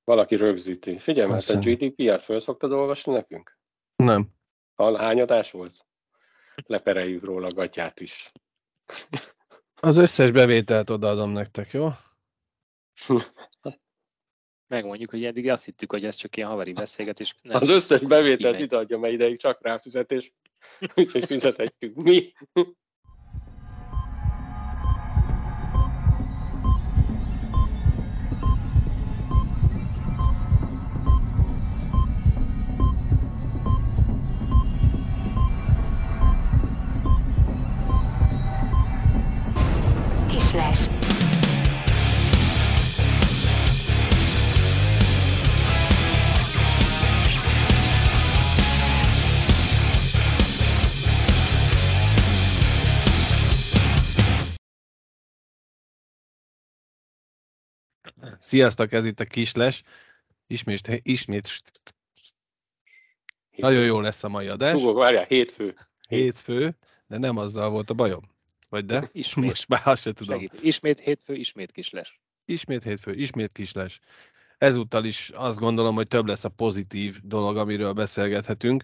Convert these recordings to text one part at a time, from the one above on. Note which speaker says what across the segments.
Speaker 1: Valaki rögzíti. Figyelj, mert a
Speaker 2: Aztán.
Speaker 1: GDPR-t föl szoktad olvasni nekünk?
Speaker 2: Nem.
Speaker 1: Hány adás volt? Lepereljük róla a gatyát is.
Speaker 2: Az összes bevételt odaadom nektek, jó?
Speaker 3: Megmondjuk, hogy eddig azt hittük, hogy ez csak ilyen havari beszélgetés. Nem.
Speaker 1: Az összes bevételt
Speaker 3: Kimegy.
Speaker 1: ide adja, mert ideig csak ráfizetés. Úgyhogy fizethetjük mi.
Speaker 4: Kislesz.
Speaker 2: Sziasztok, ez itt a Kisles. Ismét. Nagyon jó lesz a mai adás.
Speaker 1: Súgok, várjál,
Speaker 2: Hétfő, de nem azzal volt a bajom. Vagy de?
Speaker 3: Ismét.
Speaker 2: Most már azt se tudom.
Speaker 3: Segít. Ismét hétfő, ismét Kisles.
Speaker 2: Ismét hétfő, ismét Kisles. Ezúttal is azt gondolom, hogy több lesz a pozitív dolog, amiről beszélgethetünk.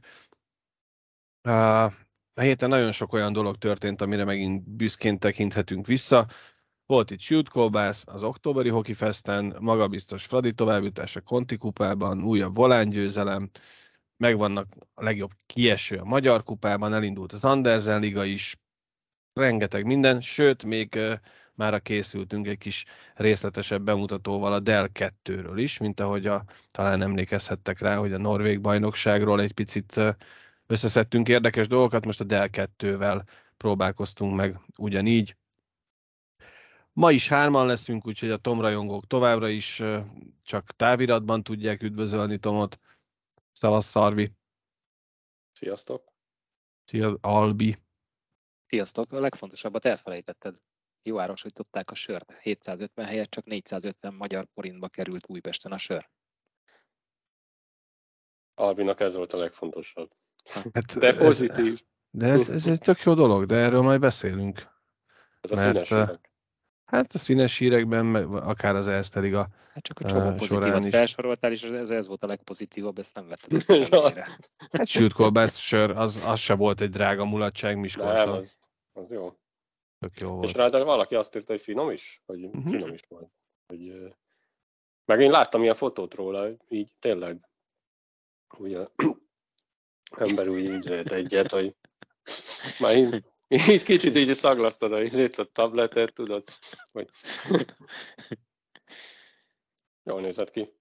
Speaker 2: A héten nagyon sok olyan dolog történt, amire megint büszkén tekinthetünk vissza. Volt itt Sült-kolbász az októberi Hockey Festen, magabiztos Fradi továbbjutás a Conti kupában, újabb volángyőzelem, megvannak a legjobb kieső a Magyar kupában, elindult az Andersen liga is, rengeteg minden, sőt, még mára készültünk egy kis részletesebb bemutatóval a Dell 2-ről is, mint ahogy talán emlékezhettek rá, hogy a norvég bajnokságról egy picit összeszedtünk érdekes dolgokat, most a Dell 2-vel próbálkoztunk meg ugyanígy. Ma is 3-an leszünk, úgyhogy a Tom rajongók továbbra is csak táviratban tudják üdvözölni Tomot. Szavasz, Szarvi!
Speaker 1: Sziasztok!
Speaker 2: Szia, Albi!
Speaker 3: Sziasztok! A legfontosabbat elfelejtetted. Jó árosították a sört. 750 helyett csak 450 magyar forintba került Újpesten a sör.
Speaker 1: Albinak ez volt a legfontosabb.
Speaker 2: Hát
Speaker 1: De pozitív.
Speaker 2: Ez egy tök jó dolog, de erről majd beszélünk.
Speaker 1: Ez a színes hírek.
Speaker 2: Hát a színes hírekben, akár az Erste Liga
Speaker 3: Hát csak a csomó pozitívat felsoroltál, és ez volt a legpozitívabb, ezt nem vetted
Speaker 1: Ja.
Speaker 2: Hát Sült-kolbász sör, az se volt egy drága mulatság Miskolcon.
Speaker 1: Nem, az jó.
Speaker 2: Tök jó volt.
Speaker 1: És ráadásul valaki azt írta, hogy finom is? Hogy finom is volt. Hogy, meg én láttam ilyen fotót róla, így tényleg ugye ember úgy ízlelt egyet, hogy már így kicsit így szaglasztad a tabletet, tudod, hogy jól nézett ki.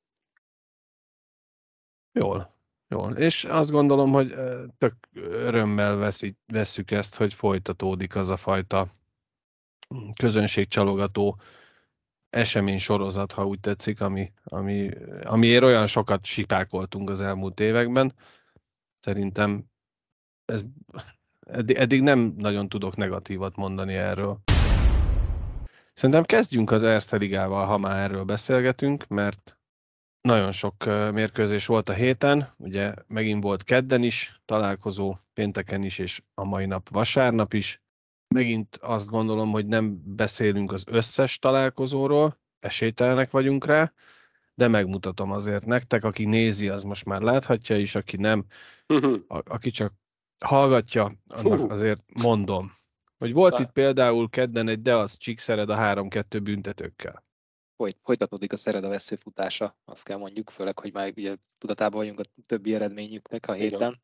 Speaker 2: Jól. És azt gondolom, hogy tök örömmel vesszük ezt, hogy folytatódik az a fajta közönségcsalogató esemény sorozat, ha úgy tetszik, amiért olyan sokat sipákoltunk az elmúlt években. Szerintem eddig nem nagyon tudok negatívat mondani erről. Szerintem kezdjünk az Erste Ligával, ha már erről beszélgetünk, mert nagyon sok mérkőzés volt a héten, ugye megint volt kedden is találkozó, pénteken is, és a mai nap vasárnap is. Megint azt gondolom, hogy nem beszélünk az összes találkozóról, esélytelenek vagyunk rá, de megmutatom azért nektek, aki nézi, az most már láthatja is, aki nem, aki csak hallgatja, annak azért mondom, hogy volt itt például kedden egy Deac Csíkszered a 3-2 büntetőkkel.
Speaker 3: Folytatódik a Szereda veszőfutása, azt kell mondjuk, főleg, hogy már ugye tudatában vagyunk a többi eredményüknek a héten.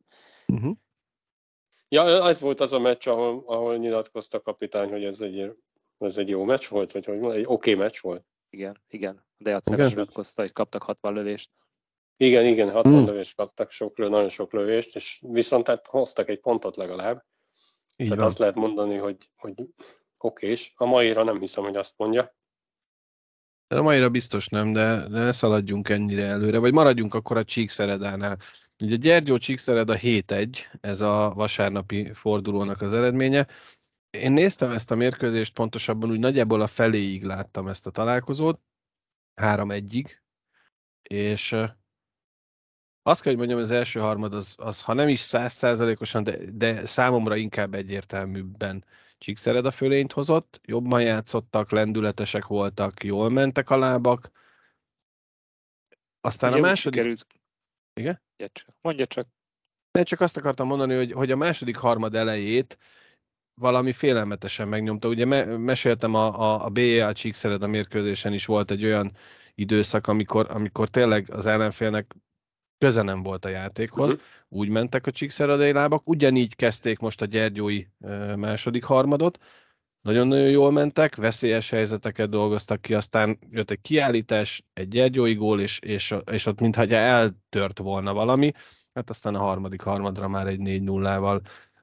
Speaker 1: Ja, ez volt az a meccs, ahol nyilatkozta a kapitány, hogy ez egy jó meccs volt, vagy hogy egy oké meccs volt.
Speaker 3: Igen. De a Szereda nyilatkozta, hogy kaptak 60 lövést.
Speaker 1: Igen, 60 lövést kaptak, nagyon sok lövést, és viszont hát hoztak egy pontot legalább. Így tehát van. Azt lehet mondani, hogy okés. A maira nem hiszem, hogy azt mondja.
Speaker 2: A maira biztos nem, de ne szaladjunk ennyire előre, vagy maradjunk akkor a Csíkszeredánál. Ugye Gyergyó Csíkszereda 7-1, ez a vasárnapi fordulónak az eredménye. Én néztem ezt a mérkőzést, pontosabban úgy nagyjából a feléig láttam ezt a találkozót, 3-1-ig, és azt kell, hogy mondjam, az első harmad az ha nem is 100%-osan, de számomra inkább egyértelműbben Csíkszereda fölényt hozott, jobban játszottak, lendületesek voltak, jól mentek a lábak. Aztán
Speaker 3: ugye
Speaker 2: a második...
Speaker 3: Sikerült...
Speaker 2: Igen?
Speaker 3: Mondja csak.
Speaker 2: De csak azt akartam mondani, hogy a második harmad elejét valami félelmetesen megnyomta. Ugye meséltem a BEL Csíkszereda mérkőzésen is volt egy olyan időszak, amikor tényleg az ellenfélnek köze nem volt a játékhoz. Úgy mentek a csíkszeredai lábak. Ugyanígy kezdték most a gyergyói második harmadot. Nagyon-nagyon jól mentek, veszélyes helyzeteket dolgoztak ki, aztán jött egy kiállítás, egy gyergyói gól, és ott mintha eltört volna valami. Hát aztán a harmadik harmadra már egy 4-0-val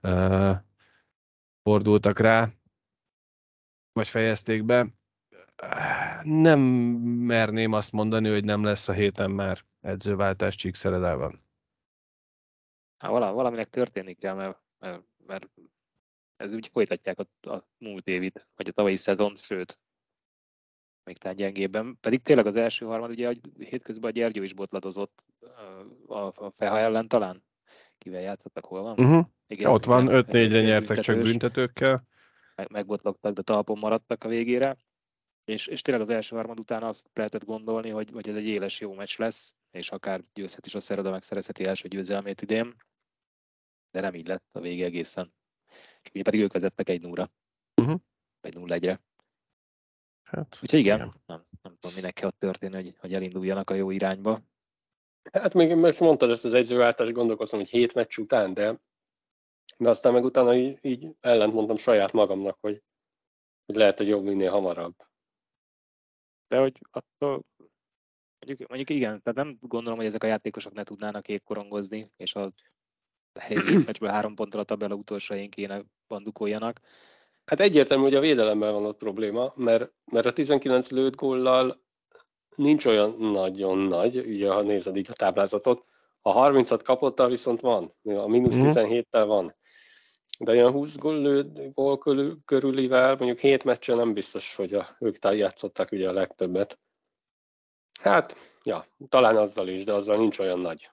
Speaker 2: fordultak rá, vagy fejezték be. Nem merném azt mondani, hogy nem lesz a héten már edzőváltás Csíkszeredában.
Speaker 3: Hát valaminek történni kell, mert ez úgy folytatják a múlt évit, vagy a tavalyi szezont, sőt, még talán gyengébben. Pedig tényleg az első harmad, ugye hétközben a Gyergyó is botladozott a Feha ellen talán. Kivel játszottak, hol van?
Speaker 2: Igen, ott van, 5-4-re nyertek csak büntetőkkel.
Speaker 3: Megbotlogtak, de talpon maradtak a végére. És tényleg az első harmad után azt lehetett gondolni, hogy ez egy éles jó meccs lesz, és akár győzhet is a Szereda, megszerezheti első győzelmét idén. De nem így lett a vége egészen. És ugye pedig ők vezettek 1-0-ra. Vagy 0-1-re.
Speaker 2: Hát,
Speaker 3: úgyhogy igen. Nem tudom, minek kell történni, hogy elinduljanak a jó irányba.
Speaker 1: Hát még most mondtad ezt az edzőváltást, gondolkozom, hogy 7 meccs után, de aztán meg utána így ellent mondtam saját magamnak, hogy lehet, hogy jobb minél hamarabb.
Speaker 3: De hogy attól mondjuk igen, tehát nem gondolom, hogy ezek a játékosok ne tudnának égkorongozni, és a helyi meccsből 3 ponttal a tabella utolsó helyén kéne bandukoljanak.
Speaker 1: Hát egyértelmű, hogy a védelemmel van ott probléma, mert a 19 lőtt góllal nincs olyan nagyon nagy, ugye ha nézed így a táblázatot, a 30-at kapottal viszont van, a mínusz 17-tel van. De olyan 20 gól körülivel, mondjuk 7 meccsen nem biztos, hogy ők játszották ugye a legtöbbet. Hát, ja, talán azzal is, de azzal nincs olyan nagy.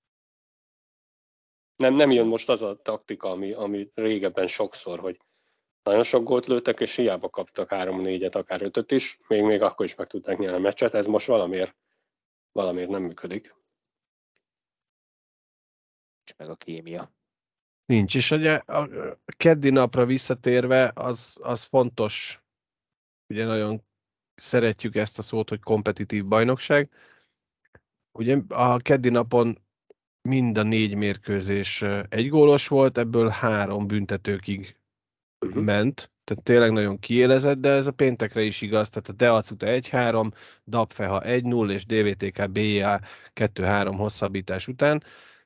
Speaker 1: Nem jön most az a taktika, ami régebben sokszor, hogy nagyon sok gólt lőttek, és hiába kaptak 3-4-et, akár 5-öt is, még akkor is meg tudták nyerni a meccset, ez most valamiért nem működik.
Speaker 3: És meg a kémia.
Speaker 2: Nincs, és ugye a keddi napra visszatérve, az fontos, ugye nagyon szeretjük ezt a szót, hogy kompetitív bajnokság. Ugye a keddi napon mind a 4 mérkőzés egygólos volt, ebből 3 büntetőkig ment, tehát tényleg nagyon kiélezett, de ez a péntekre is igaz, tehát a Deacuta 1-3, Dabfeha 1-0 és DVTK BA 2-3 hosszabbítás után.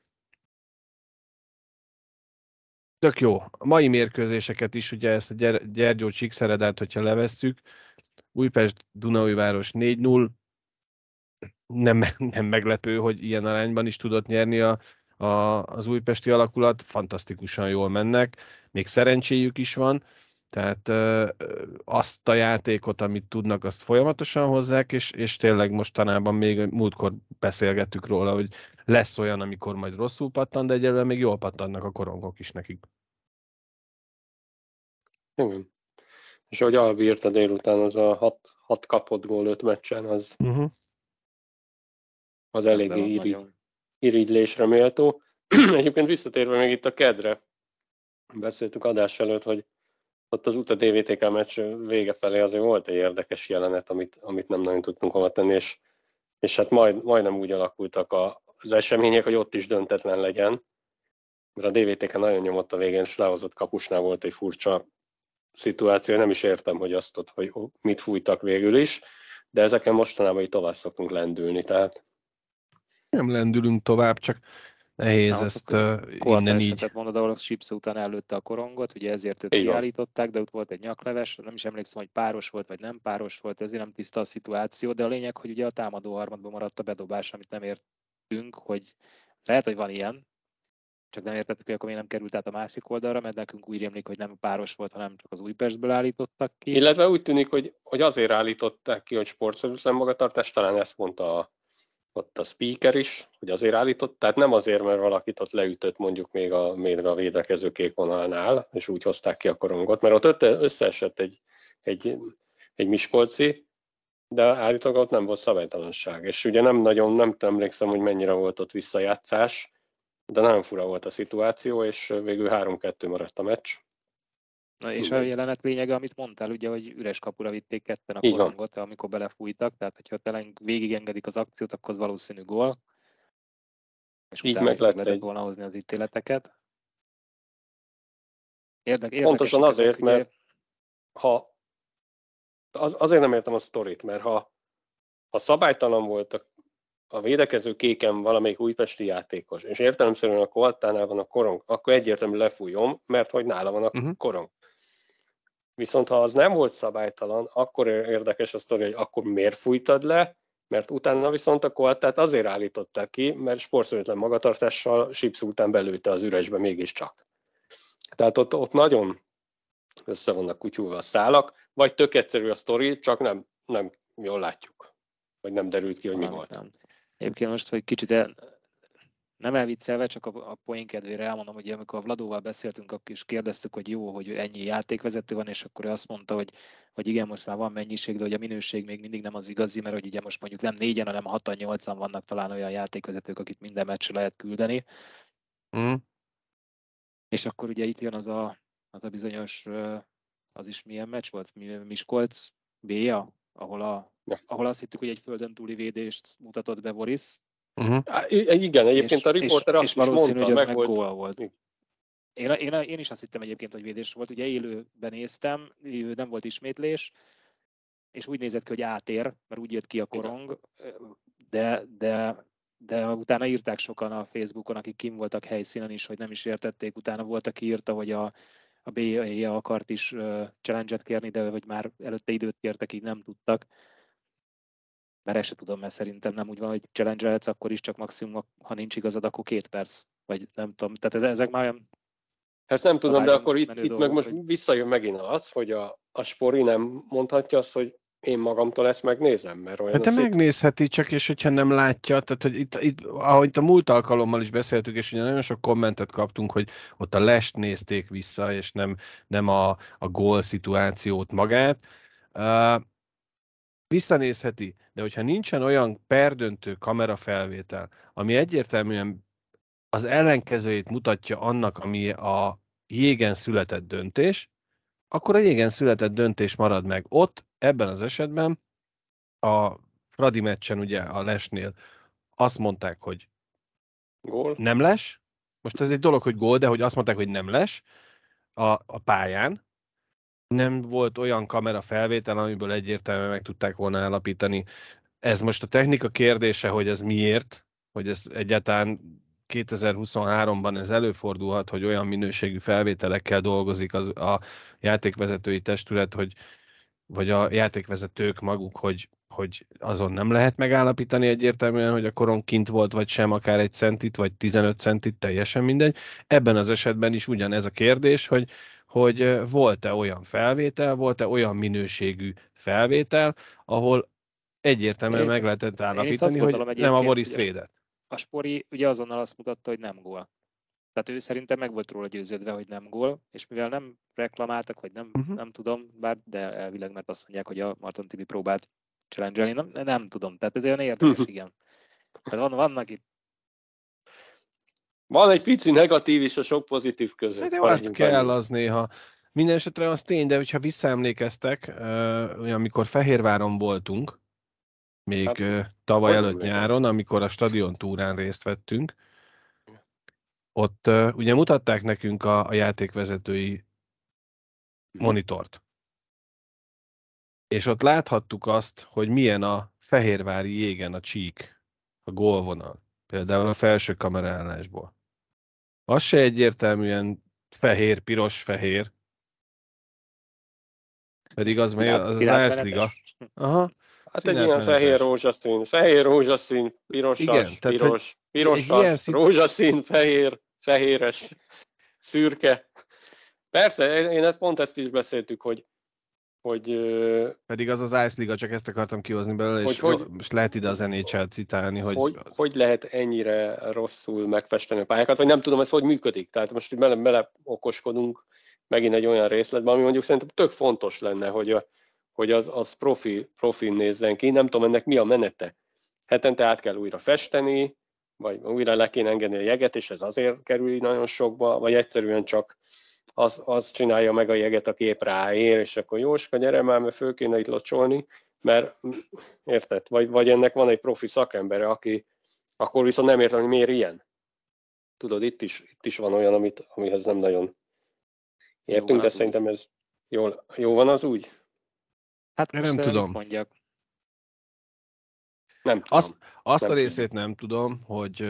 Speaker 2: Tök jó. A mai mérkőzéseket is, ugye ezt a Gyergyó Csíkszeredát, hogyha levesszük, Újpest Dunaújváros 4-0, nem meglepő, hogy ilyen arányban is tudott nyerni az újpesti alakulat, fantasztikusan jól mennek, még szerencséjük is van, tehát azt a játékot, amit tudnak, azt folyamatosan hozzák, és tényleg mostanában még múltkor beszélgettük róla, hogy lesz olyan, amikor majd rosszul pattan, de egyelőre még jól pattannak a korongok is nekik.
Speaker 1: Igen. És ahogy Albi írta délután, az a 6 kapott gól 5 meccsen, az eléggé irigylésre méltó. Egyébként visszatérve még itt a kedre, beszéltük adás előtt, hogy ott az UTA DVTK meccs vége felé azért volt egy érdekes jelenet, amit nem nagyon tudtunk hova tenni, és hát majdnem úgy alakultak az események, hogy ott is döntetlen legyen. Mert a DVTK nagyon nyomott a végén, és lehozott kapusnál volt egy furcsa szituáció, nem is értem, hogy azt ott, hogy mit fújtak végül is, de ezeken mostanában így tovább szoktunk lendülni, tehát.
Speaker 2: Nem lendülünk tovább, csak nehéz ezt innen így.
Speaker 3: Tehát mondod, ahol a Sipsa után előtte a korongot, ugye ezért őt kiállították, de ott volt egy nyakleves, nem is emlékszem, hogy páros volt, vagy nem páros volt, ezért nem tiszta a szituáció, de a lényeg, hogy ugye a támadó harmadban maradt a bedobás, amit nem értünk, hogy lehet, hogy van ilyen, csak nem értettük, hogy akkor még nem került át a másik oldalra, mert nekünk úgy rémlik, hogy nem páros volt, hanem csak az Újpestből állítottak ki.
Speaker 1: Illetve úgy tűnik, hogy azért állították ki, hogy sportszerűtlen magatartás, talán ezt mondta ott a speaker is, hogy azért állított, tehát nem azért, mert valakit ott leütött mondjuk még a védekező kékvonalnál, és úgy hozták ki a korongot, mert ott összeesett egy miskolci, de állítólag ott nem volt szabálytalanság. És ugye nem emlékszem, hogy mennyire volt ott visszajátszás, de nagyon fura volt a szituáció, és végül 3-2 maradt a meccs.
Speaker 3: Na és a jelenet lényege, amit mondtál, ugye, hogy üres kapura vitték ketten a
Speaker 1: Így van.
Speaker 3: korongot, amikor belefújtak, tehát hogyha tényleg végigengedik az akciót, akkor az valószínű gól. És
Speaker 1: Így
Speaker 3: utána
Speaker 1: meg
Speaker 3: meg
Speaker 1: lett
Speaker 3: lehetett volna hozni az ítéleteket. Érdekes
Speaker 1: pontosan azért,
Speaker 3: ezek, ugye...
Speaker 1: mert azért nem értem a sztorit, mert ha szabálytalan volt a védekező kéken valamelyik újpesti játékos, és értelemszerűen a Koltánál van a korong, akkor egyértelmű lefújom, mert hogy nála van a korong. Viszont ha az nem volt szabálytalan, akkor érdekes a sztori, hogy akkor miért fújtad le, mert utána viszont a Koltát azért állították ki, mert sportszerűtlen magatartással Sipsz után belőtte az üresbe mégiscsak. Tehát ott nagyon össze vannak kutyulva a szálak, vagy tök egyszerű a sztori, csak nem jól látjuk. Vagy nem derült ki, hogy mi volt.
Speaker 3: Nem. Egyébként most, hogy kicsit nem elviccelve, csak a poén kedvére elmondom, hogy amikor a Vladóval beszéltünk, akkor is kérdeztük, hogy jó, hogy ennyi játékvezető van, és akkor ő azt mondta, hogy igen, most már van mennyiség, de hogy a minőség még mindig nem az igazi, mert hogy ugye most mondjuk nem 4-en, hanem 6-8-an vannak talán olyan játékvezetők, akit minden meccsre lehet küldeni. És akkor ugye itt jön az a bizonyos, az is milyen meccs volt? Miskolc B-ja, ahol azt hittük, hogy egy földön túli védést mutatott be Boris.
Speaker 1: Igen, egyébként a riporter azt is
Speaker 3: valószínű,
Speaker 1: mondta,
Speaker 3: hogy az meg gól volt. Én is azt hittem egyébként, hogy védés volt. Ugye élőben néztem, nem volt ismétlés, és úgy nézett ki, hogy átér, mert úgy jött ki a korong, de utána írták sokan a Facebookon, akik kim voltak helyszínen is, hogy nem is értették. Utána volt, aki írta, hogy a B-je akart is challenge-et kérni, de hogy már előtte időt kértek, így nem tudtak. Mert ezt se tudom, mert szerintem nem úgy van, hogy challenge-elhetsz, akkor is csak maximum, ha nincs igazad, akkor 2 perc. Vagy nem tudom, tehát ezek már olyan...
Speaker 1: Ezt nem tudom, de akkor itt meg most visszajön megint az, hogy a Spori nem mondhatja azt, hogy én magamtól ezt megnézem, mert olyan
Speaker 2: Hát de megnézheti csak, és hogyha nem látja, tehát hogy itt ahogy a múlt alkalommal is beszéltük, és ugye nagyon sok kommentet kaptunk, hogy ott a lest nézték vissza, és nem a gól szituációt magát. Visszanézheti, de hogyha nincsen olyan perdöntő kamerafelvétel, ami egyértelműen az ellenkezőjét mutatja annak, ami a jégen született döntés, akkor a jégen született döntés marad meg. Ott, ebben az esetben a Fradi meccsen, ugye a lesnél azt mondták, hogy
Speaker 1: gól.
Speaker 2: Nem les. Most ez egy dolog, hogy gól, de hogy azt mondták, hogy nem les a pályán. Nem volt olyan kamera felvétel, amiből egyértelműen meg tudták volna állapítani. Ez most a technika kérdése, hogy ez miért, hogy ez egyáltalán 2023-ban ez előfordulhat, hogy olyan minőségű felvételekkel dolgozik a játékvezetői testület, vagy a játékvezetők maguk, hogy azon nem lehet megállapítani egyértelműen, hogy a korong kint volt, vagy sem, akár 1 centit, vagy 15 centit, teljesen mindegy. Ebben az esetben is ugyanez a kérdés, hogy volt-e olyan felvétel, volt-e olyan minőségű felvétel, ahol egyértelműen meg lehetett állapítani, hogy nem a Boris védett.
Speaker 3: A Spori ugye azonnal azt mutatta, hogy nem gól. Tehát ő szerintem meg volt róla győződve, hogy nem gól, és mivel nem reklamáltak, vagy nem tudom, de elvileg mert azt mondják, hogy a Marton Tibi próbált challenge-elni, nem tudom. Tehát ez olyan érdekes, igen. Tehát vannak itt.
Speaker 1: Van egy pici negatív és a sok pozitív között.
Speaker 2: De azt kell az néha. Minden esetre az tény, de hogyha visszaemlékeztek, amikor Fehérváron voltunk, még tavaly előtt nyáron, amikor a stadion túrán részt vettünk, ott ugye mutatták nekünk a játékvezetői monitort. És ott láthattuk azt, hogy milyen a fehérvári jégen a csík, a gólvonal. Például a felső kameraállásból. Az se egyértelműen fehér, piros, fehér. Pedig az meg az Ice-liga. Aha.
Speaker 1: Hát egy ilyen fehér rózsaszín, pirosas, igen, pirosas, rózsaszín, fehéres, szürke. Persze, én pont ezt is beszéltük, hogy
Speaker 2: pedig az Ice-liga, csak ezt akartam kihozni belőle, és most lehet ide az NHL-t citálni,
Speaker 1: hogy lehet ennyire rosszul megfesteni a pályákat, vagy nem tudom, ez hogy működik. Tehát most bele okoskodunk megint egy olyan részletben, ami mondjuk szerintem tök fontos lenne, hogy hogy az profin nézzen ki. Nem tudom, ennek mi a menete. Hetente át kell újra festeni, vagy újra le kéne engedni a jeget, és ez azért kerül nagyon sokba, vagy egyszerűen csak az csinálja meg a jeget, aki épp ráér, és akkor Jóska, gyere már, mert föl kéne itt locsolni, mert érted? Vagy ennek van egy profi szakembere, aki akkor viszont nem értem, hogy miért ilyen. Tudod, itt is van olyan, amihez nem nagyon értünk, de szerintem ez jó van az úgy?
Speaker 3: Hát most
Speaker 2: nem tudom.
Speaker 3: Mit mondjak?
Speaker 1: Nem tudom.
Speaker 2: Azt a részét nem tudom, hogy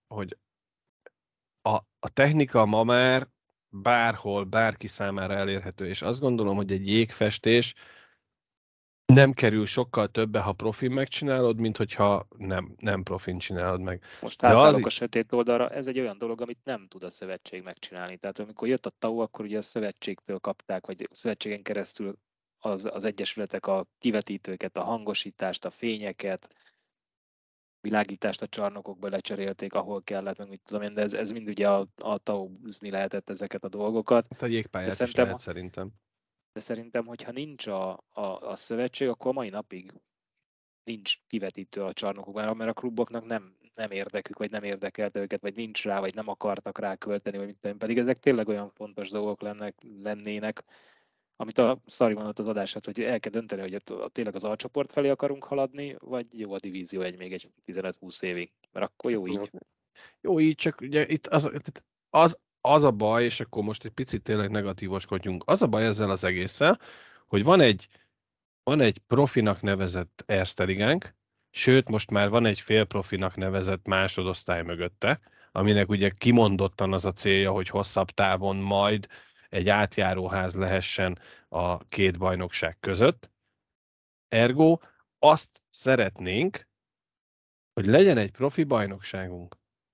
Speaker 2: a technika ma már bárhol, bárki számára elérhető, és azt gondolom, hogy egy jégfestés nem kerül sokkal többe, ha profin megcsinálod, mint hogyha nem profin csinálod meg.
Speaker 3: Most átállok a sötét oldalra, ez egy olyan dolog, amit nem tud a szövetség megcsinálni. Tehát amikor jött a TAU, akkor ugye a szövetségtől kapták, vagy a szövetségen keresztül az egyesületek a kivetítőket, a hangosítást, a fényeket, világítást a csarnokokba lecserélték, ahol kellett, meg mit tudom én, de ez mind ugye a TAU-zni lehetett ezeket a dolgokat.
Speaker 2: Hát a jégpályát is lehet szerintem.
Speaker 3: De szerintem, hogyha nincs a szövetség, akkor mai napig nincs kivetítő a csarnokokban, mert a kluboknak nem érdekük, vagy nem érdekelte őket, vagy nincs rá, vagy nem akartak rá költeni, vagy mit tudom, pedig ezek tényleg olyan fontos dolgok lennének, amit a Szari mondott az adását, hogy el kell dönteni, hogy tényleg az alcsoport felé akarunk haladni, vagy jó a divízió még egy 15-20 évig, mert akkor jó így.
Speaker 2: Jó így, csak ugye itt az a baj, és akkor most egy picit tényleg negatívoskodjunk, az a baj ezzel az egésszel, hogy van egy profinak nevezett Erste ligánk, sőt, most már van egy félprofinak nevezett másodosztály mögötte, aminek ugye kimondottan az a célja, hogy hosszabb távon majd egy átjáróház lehessen a két bajnokság között. Ergo azt szeretnénk, hogy legyen egy profi bajnokságunk.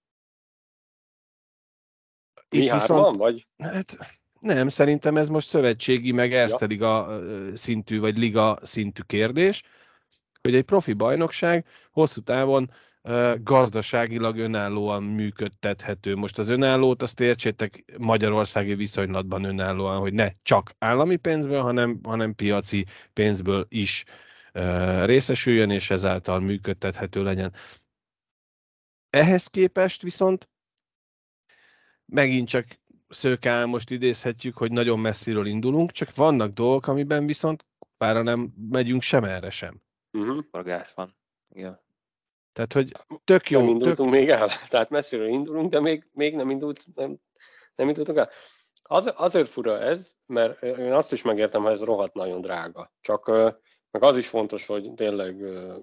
Speaker 1: Mi hárman vagy?
Speaker 2: Hát nem, szerintem ez most szövetségi, meg Erste liga szintű, vagy liga szintű kérdés, hogy egy profi bajnokság hosszú távon gazdaságilag önállóan működtethető. Most az önállót azt értsétek magyarországi viszonylatban önállóan, hogy ne csak állami pénzből, hanem piaci pénzből is részesüljön, és ezáltal működtethető legyen. Ehhez képest viszont megint csak Szőke Ámost idézhetjük, hogy nagyon messziről indulunk, csak vannak dolgok, amiben viszont pára nem megyünk sem erre sem.
Speaker 3: Forgás van. Igen.
Speaker 2: Tehát, hogy tök jó.
Speaker 1: Nem indultunk még el, tehát messziről indulunk, de még nem indultunk el. Azért fura ez, mert én azt is megértem, hogy ez rohadt nagyon drága. Csak meg az is fontos, hogy tényleg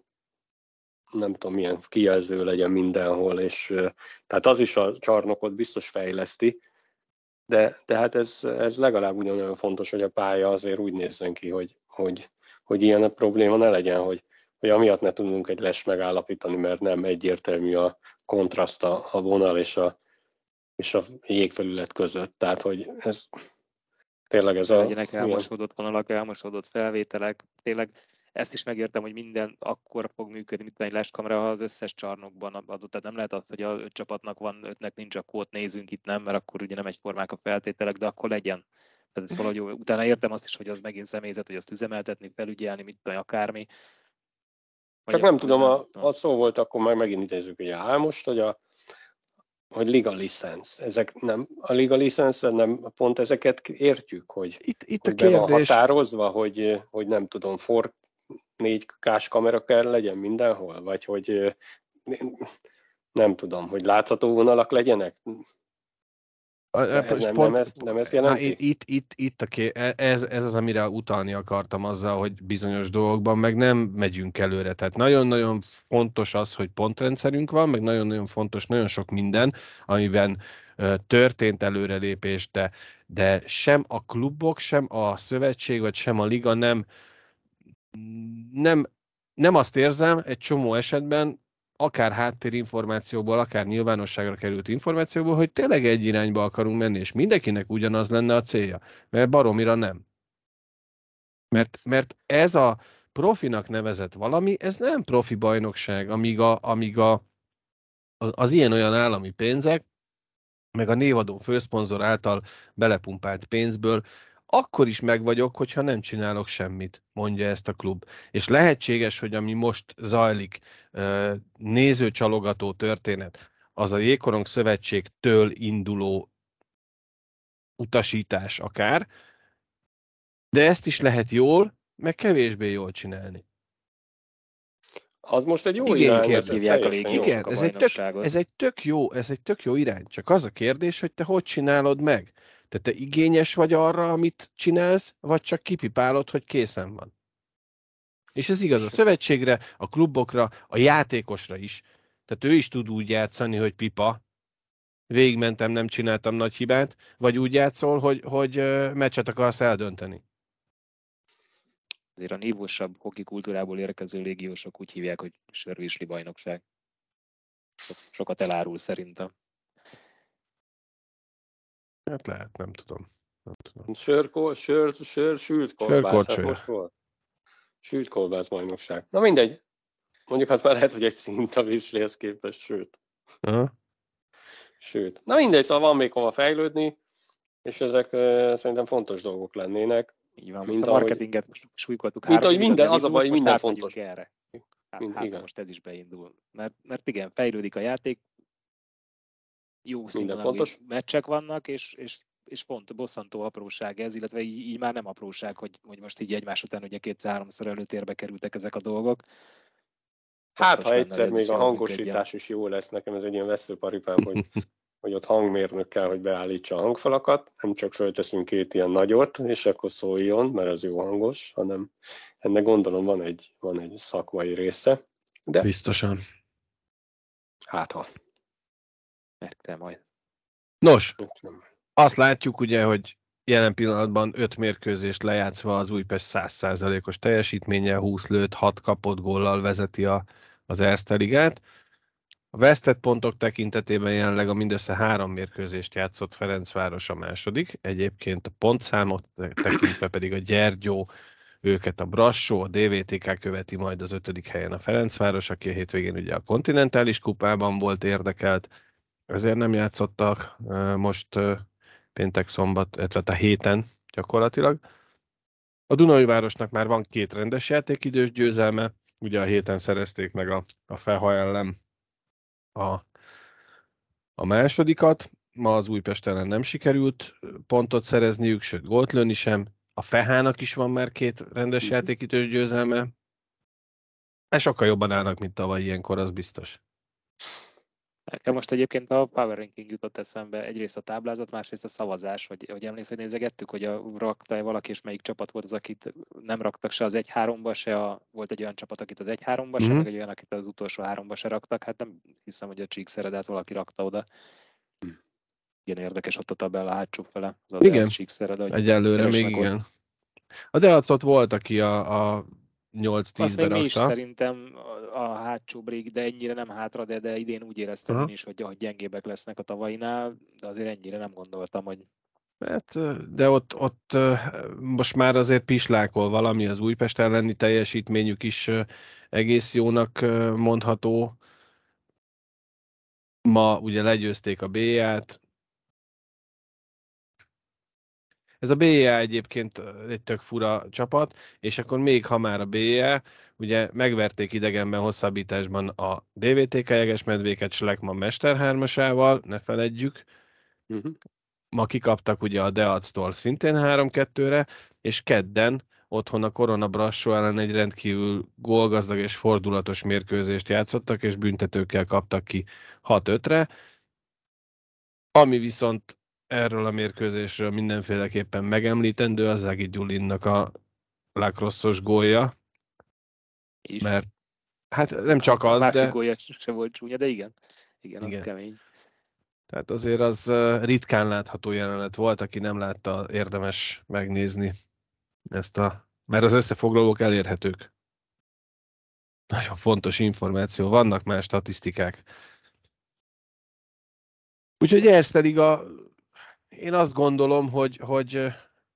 Speaker 1: nem tudom, milyen kijelző legyen mindenhol, és tehát az is a csarnokot biztos fejleszti, de hát ez legalább ugyanolyan fontos, hogy a pálya azért úgy nézzen ki, hogy ilyen a probléma ne legyen, hogy amiatt ne tudunk egy lest megállapítani, mert nem egyértelmű a kontraszt a vonal és a jégfelület között. Tehát, hogy ez tényleg ez
Speaker 3: legyenek elmosódott vonalak, elmosódott felvételek. Tényleg ezt is megértem, hogy minden akkor fog működni, mint egy lestkamera, ha az összes csarnokban adott. Tehát nem lehet az, hogy a 5 csapatnak van, 5-nek nincs, akkor nézzünk itt nem, mert akkor ugye nem egyformák a feltételek, de akkor legyen. Tehát ez valahogy jó. Utána értem azt is, hogy az megint személyzet, hogy azt üzemeltetni, felügyelni, mit tudom, akármi.
Speaker 1: Csak nem tudom, a szó volt, akkor már megint idézzük ugye Álmost, hogy liga licensz. Ezek nem, a liga licensz nem pont ezeket értjük, hogy
Speaker 2: itt
Speaker 1: hogy be van határozva, hogy nem tudom, 4K-s kamera kell legyen mindenhol, vagy hogy nem tudom, hogy látható vonalak legyenek. Nem ezt jelenti?
Speaker 2: Ez az, amire utalni akartam azzal, hogy bizonyos dolgokban meg nem megyünk előre. Tehát nagyon-nagyon fontos az, hogy pontrendszerünk van, meg nagyon-nagyon fontos nagyon sok minden, amiben történt előrelépés, de sem a klubok, sem a szövetség, vagy sem a liga nem azt érzem egy csomó esetben, akár háttérinformációból, akár nyilvánosságra került információból, hogy tényleg egy irányba akarunk menni, és mindenkinek ugyanaz lenne a célja. Mert baromira nem. Mert ez a profinak nevezett valami, ez nem profi bajnokság, amíg az ilyen-olyan állami pénzek, meg a névadó főszponzor által belepumpált pénzből akkor is meg vagyok, hogyha nem csinálok semmit, mondja ezt a klub. És lehetséges, hogy ami most zajlik, nézőcsalogató történet, az a Jégkorong Szövetségtől induló utasítás akár, de ezt is lehet jól, meg kevésbé jól csinálni.
Speaker 1: Az most egy jó
Speaker 2: Igénykérés.
Speaker 1: irány, ez
Speaker 3: Hívják a
Speaker 1: teljesen jó.
Speaker 3: légiósok
Speaker 2: Igen,
Speaker 3: a bajnokságot.
Speaker 2: ez egy tök jó irány. Csak az a kérdés, hogy te hogy csinálod meg? Te igényes vagy arra, amit csinálsz, vagy csak kipipálod, hogy készen van. És ez igaz a szövetségre, a klubokra, a játékosra is. Tehát ő is tud úgy játszani, hogy pipa. Végigmentem, nem csináltam nagy hibát, vagy úgy játszol, hogy meccset akarsz eldönteni.
Speaker 3: Azért a nívósabb hoki kultúrából érkező légiósok úgy hívják, hogy sörvisli bajnokság. Sokat elárul szerintem.
Speaker 2: Hát lehet, nem tudom.
Speaker 1: Sült kolbász, hát most volt. Sült kolbász bajnokság. Na mindegy. Mondjuk hát már lehet, hogy egy szint a Vislihez képest, sőt. Sőt. Na mindegy, szóval van még hova fejlődni, és ezek szerintem fontos dolgok lennének.
Speaker 3: Így van, mint a marketinget most súlykoltuk.
Speaker 1: Mint ahogy minden, az a baj, minden fontos.
Speaker 3: Erre. Hát most ez is beindul. Mert igen, fejlődik a játék, jó színvonalú meccsek vannak, és pont bosszantó apróság ez, illetve így már nem apróság, hogy most így egymás után ugye 2-3-szor előtérbe kerültek ezek a dolgok.
Speaker 1: Hát, ha egyszer még a hangosítás is jó lesz, nekem ez egy ilyen veszőparipám, hogy ott hangmérnök kell, hogy beállítsa a hangfalakat, nem csak fölteszünk 2 ilyen nagyot, és akkor szóljon, mert az jó hangos, hanem ennek gondolom van egy szakmai része. De
Speaker 2: biztosan.
Speaker 1: Hát ha.
Speaker 3: Megte majd.
Speaker 2: Nos, azt látjuk ugye, hogy jelen pillanatban 5 mérkőzést lejátszva az Újpest 100%-os teljesítménnyel, 20 lőtt, 6 kapott góllal vezeti az Erste Ligát. A vesztett pontok tekintetében jelenleg a mindössze 3 mérkőzést játszott Ferencváros a második, egyébként a pontszámot tekintve pedig a Gyergyó, őket a Brassó, a DVTK követi majd az 5. helyen a Ferencváros, aki a hétvégén ugye a kontinentális kupában volt érdekelt, ezért nem játszottak most péntek-szombat, illetve a héten gyakorlatilag. A Dunaújvárosnak már van 2 rendes játékidős győzelme, ugye a héten szerezték meg a Feha ellen a másodikat, ma az Újpest ellen nem sikerült pontot szerezniük, sőt gólt lőni sem. A Fehának is van már 2 rendes játékidős győzelme. Sokkal jobban állnak, mint tavaly ilyenkor, az biztos.
Speaker 3: Nekem most egyébként a Power Ranking jutott eszembe, egyrészt a táblázat, másrészt a szavazás, hogy emlékszel, hogy nézegettük, hogy rakta-e valaki, és melyik csapat volt az, akit nem raktak se az 1-3-ba, se volt egy olyan csapat, akit az 1-3-ba, se, meg egy olyan, akit az utolsó 3-ba se raktak. Hát nem hiszem, hogy a Csíkszeredát valaki rakta oda. Igen, érdekes ott a tabella hátsó fele.
Speaker 2: Igen, egyelőre még igen. A Deacot volt, aki a 8-10-be rakta.
Speaker 3: Is szerintem a hátsó brig, de ennyire nem hátra, de idén úgy éreztem én is, hogy gyengébbek lesznek a tavainál, de azért ennyire nem gondoltam, hogy...
Speaker 2: Hát, de ott most már azért pislákol valami, az Újpest elleni teljesítményük is egész jónak mondható. Ma ugye legyőzték a BA-t. Ez a BA egyébként egy tök fura csapat, és akkor még ha már a BA, ugye megverték idegenben hosszabbításban a DVTK Jegesmedvéket Schleckmann Mesterhármasával, ne feledjük. Ma kikaptak ugye a Deactól szintén 3-2-re, és kedden otthon a Korona Brassó ellen egy rendkívül gólgazdag és fordulatos mérkőzést játszottak, és büntetőkkel kaptak ki 6-5-re. Ami viszont erről a mérkőzésről mindenféleképpen megemlítendő, az Zági Gyulinnak a lacrosse-os gólja. Mert hát nem csak az,
Speaker 3: de... gólja se volt csúnya, de igen. Igen, az kemény.
Speaker 2: Tehát azért az ritkán látható jelenet volt, aki nem látta, érdemes megnézni ezt mert az összefoglalók elérhetők. Nagyon fontos információ, vannak más statisztikák. Úgyhogy Erste Liga, én azt gondolom, hogy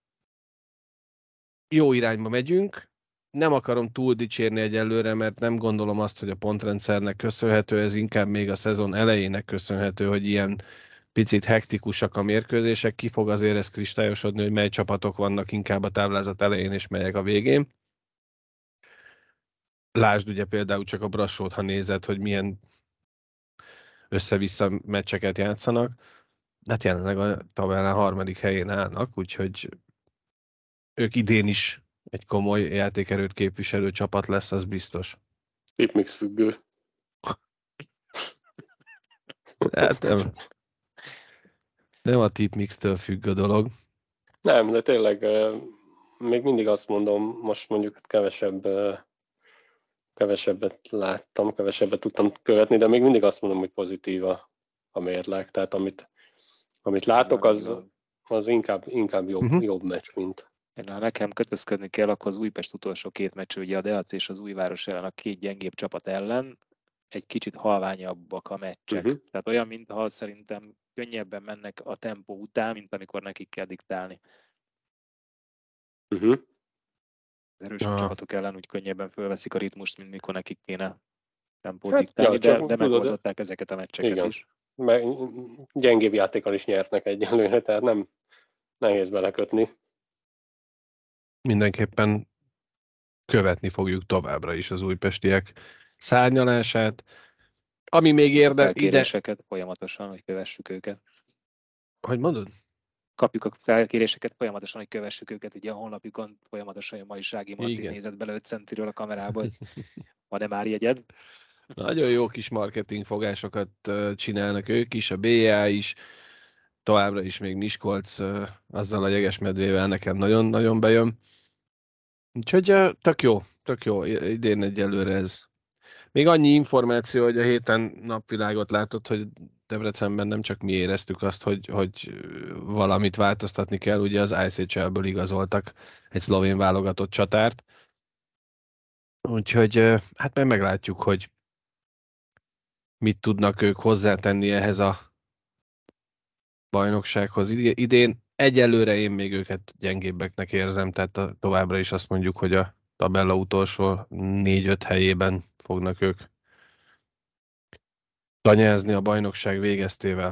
Speaker 2: jó irányba megyünk. Nem akarom túl dicsérni egyelőre, mert nem gondolom azt, hogy a pontrendszernek köszönhető, ez inkább még a szezon elejének köszönhető, hogy ilyen picit hektikusak a mérkőzések, ki fog azért ez kristályosodni, hogy mely csapatok vannak inkább a táblázat elején, és melyek a végén. Lásd ugye például csak a Brassót, ha nézed, hogy milyen össze-vissza meccseket játszanak. Hát jelenleg a tabellán 3. helyén állnak, úgyhogy ők idén is egy komoly játékerőt képviselő csapat lesz, az biztos.
Speaker 1: Tipmix függő.
Speaker 2: Hát nem a tipmix-től függ a dolog.
Speaker 1: Nem, de tényleg még mindig azt mondom, most mondjuk kevesebbet láttam, kevesebbet tudtam követni, de még mindig azt mondom, hogy pozitív a mérleg. Tehát amit látok, az inkább jobb meccs, mint...
Speaker 3: Ha nekem kötözködni kell, akkor az Újpest utolsó 2 meccs, ugye a Deac és az Újváros ellen, a 2 gyengébb csapat ellen egy kicsit halványabbak a meccsek. Tehát olyan, mintha szerintem könnyebben mennek a tempó után, mint amikor nekik kell diktálni. Az erősebb csapatok ellen úgy könnyebben fölveszik a ritmust, mint mikor nekik kéne tempót diktálni, de megoldották ezeket a meccseket igen. is.
Speaker 1: Gyengébb játékkal is nyertnek egyelőre, tehát nem nehéz belekötni.
Speaker 2: Mindenképpen követni fogjuk továbbra is az újpestiek szárnyalását. Ami még érdekel...
Speaker 3: Felkéréseket folyamatosan, hogy kövessük őket.
Speaker 2: Hogy mondod?
Speaker 3: Kapjuk a felkéréseket folyamatosan, hogy kövessük őket. Ugye a honlapjukon folyamatosan ma is Sági Martin nézett bele 5 centiről a kamerából. Van-e már jegyed?
Speaker 2: Nagyon jó kis marketing fogásokat csinálnak ők is, a BA is, továbbra is még Miskolc azzal a jegesmedvével nekem nagyon-nagyon bejön. Úgyhogy tök jó, idén egyelőre ez. Még annyi információ, hogy a héten napvilágot látott, hogy Debrecenben nem csak mi éreztük azt, hogy valamit változtatni kell, ugye az ICHL-ből igazoltak egy szlovén válogatott csatárt. Úgyhogy hát meg meglátjuk, hogy mit tudnak ők hozzátenni ehhez a bajnoksághoz idén. Egyelőre én még őket gyengébbeknek érzem, tehát továbbra is azt mondjuk, hogy a tabella utolsó 4-5 helyében fognak ők tanyázni a bajnokság végeztével.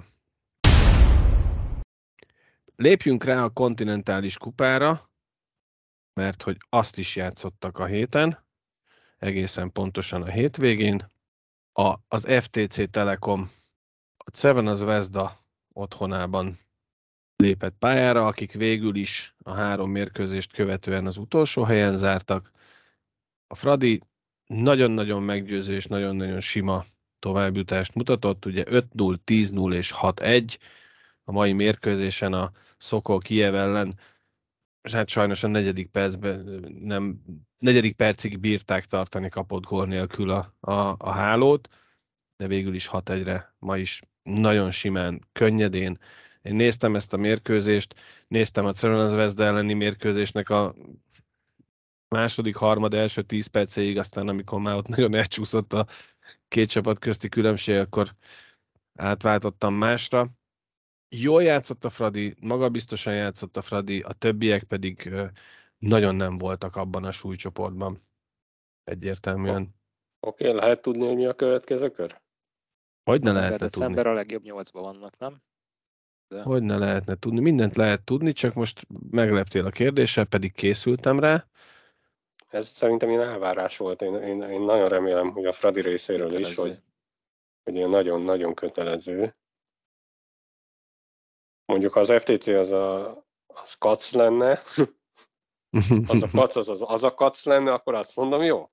Speaker 2: Lépjünk rá a kontinentális kupára, mert hogy azt is játszottak a héten, egészen pontosan a hétvégén. Az FTC Telekom a Crvena Zvezda otthonában lépett pályára, akik végül is a 3 mérkőzést követően az utolsó helyen zártak. A Fradi nagyon-nagyon meggyőző és nagyon-nagyon sima továbbjutást mutatott, ugye 5-0, 10-0 és 6-1 a mai mérkőzésen a Szokol Kijev ellen, és hát sajnos a 4. percig bírták tartani kapott gól nélkül a hálót, de végül is 6-1-re ma is nagyon simán, könnyedén. Én néztem ezt a mérkőzést, néztem a Crvena Zvezda elleni mérkőzésnek a második, harmad, első 10 percéig, aztán amikor már ott nagyon elcsúszott a 2 csapat közti különbség, akkor átváltottam másra. Jól játszott a Fradi, magabiztosan játszott a Fradi, a többiek pedig nagyon nem voltak abban a súlycsoportban. Egyértelműen.
Speaker 1: Oké, lehet tudni, hogy mi a következő kör?
Speaker 2: Hogyne lehetne tudni?
Speaker 3: December a legjobb 8-ban vannak, nem?
Speaker 2: De... Hogyne lehetne tudni? Mindent lehet tudni, csak most megleptél a kérdéssel, pedig készültem rá.
Speaker 1: Ez szerintem ilyen elvárás volt. Én nagyon remélem, hogy a Fradi részéről kötelező is, hogy ilyen nagyon-nagyon kötelező. Mondjuk ha az FTC az kac lenne, az a kac az a kac lenne, akkor azt mondom, jó.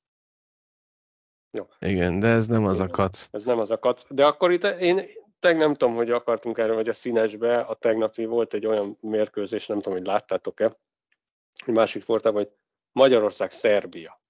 Speaker 2: Igen, de ez nem az a kac.
Speaker 1: Ez nem az a kac. De akkor itt én nem tudom, hogy akartunk erről, vagy a színesbe, a tegnapi volt egy olyan mérkőzés, nem tudom, hogy láttátok-e, egy másik sportában, hogy Magyarország-Szerbia.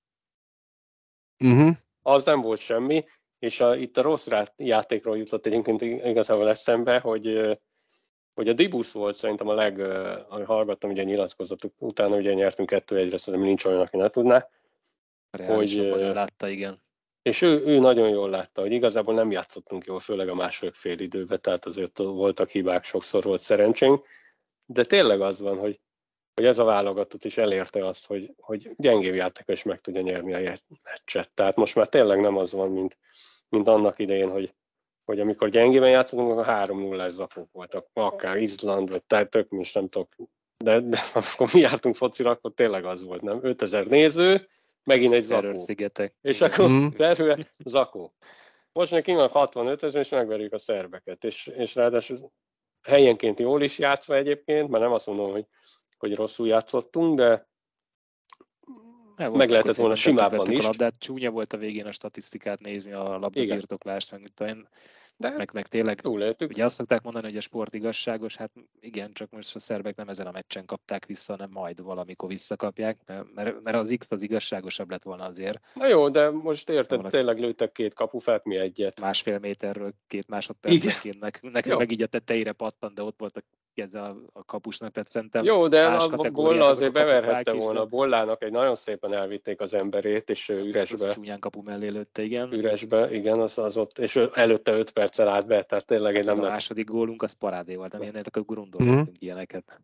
Speaker 1: Az nem volt semmi, és itt a rossz játékról jutott egyébként igazából eszembe, hogy a Dibusz volt szerintem ahogy hallgattam ugye nyilatkozatuk utána, ugye nyertünk 2-1-re, szerintem nincs olyan, aki ne tudná.
Speaker 3: Hogy látta, igen.
Speaker 1: És ő nagyon jól látta, hogy igazából nem játszottunk jól, főleg a második fél időben, tehát azért voltak hibák, sokszor volt szerencsénk, de tényleg az van, hogy ez a válogatott is elérte azt, hogy gyengébb játéka is meg tudja nyerni a meccset. Tehát most már tényleg nem az van, mint annak idején, hogy hogy amikor gyengében játszottunk, akkor 3-0-es zakók voltak, akár Izland, vagy tehát tök most nem tudok. De amikor mi jártunk focira, akkor tényleg az volt, nem? 5000 néző, megint egy zakó.
Speaker 3: Szigetek.
Speaker 1: És akkor belül zakó. Most nekünk van 65 000, és megverjük a szerbeket. És ráadásul helyenként jól is játszva egyébként, mert nem azt mondom, hogy rosszul játszottunk, de meg lehetett volna simábban is.
Speaker 3: De csúnya volt a végén a statisztikát nézni, a labdabirtoklást, meg tényleg, ugye azt szokták mondani, hogy a sport igazságos, hát igen, csak most a szerbek nem ezen a meccsen kapták vissza, hanem majd valamikor visszakapják, mert az igazságosabb lett volna azért.
Speaker 1: Na jó, de most érted, tényleg lőttek 2 kapufát, mi egyet.
Speaker 3: 1,5 méterről 2 másodpercenként nekünk meg így a tetejére pattant, de ott volt a kapusnak, tehát szerintem
Speaker 1: jó, de a Bolla azért beverhette volna. A Bollának egy nagyon szépen elvitték az emberét, és üresbe.
Speaker 3: Az csúnyán kapu mellé lőtte, igen.
Speaker 1: Üresbe, igen, az ott, és előtte 5 perccel állt be, tehát tényleg egy nem
Speaker 3: a második gólunk az parádé volt, nem ilyenek, akkor grundoltunk ilyeneket.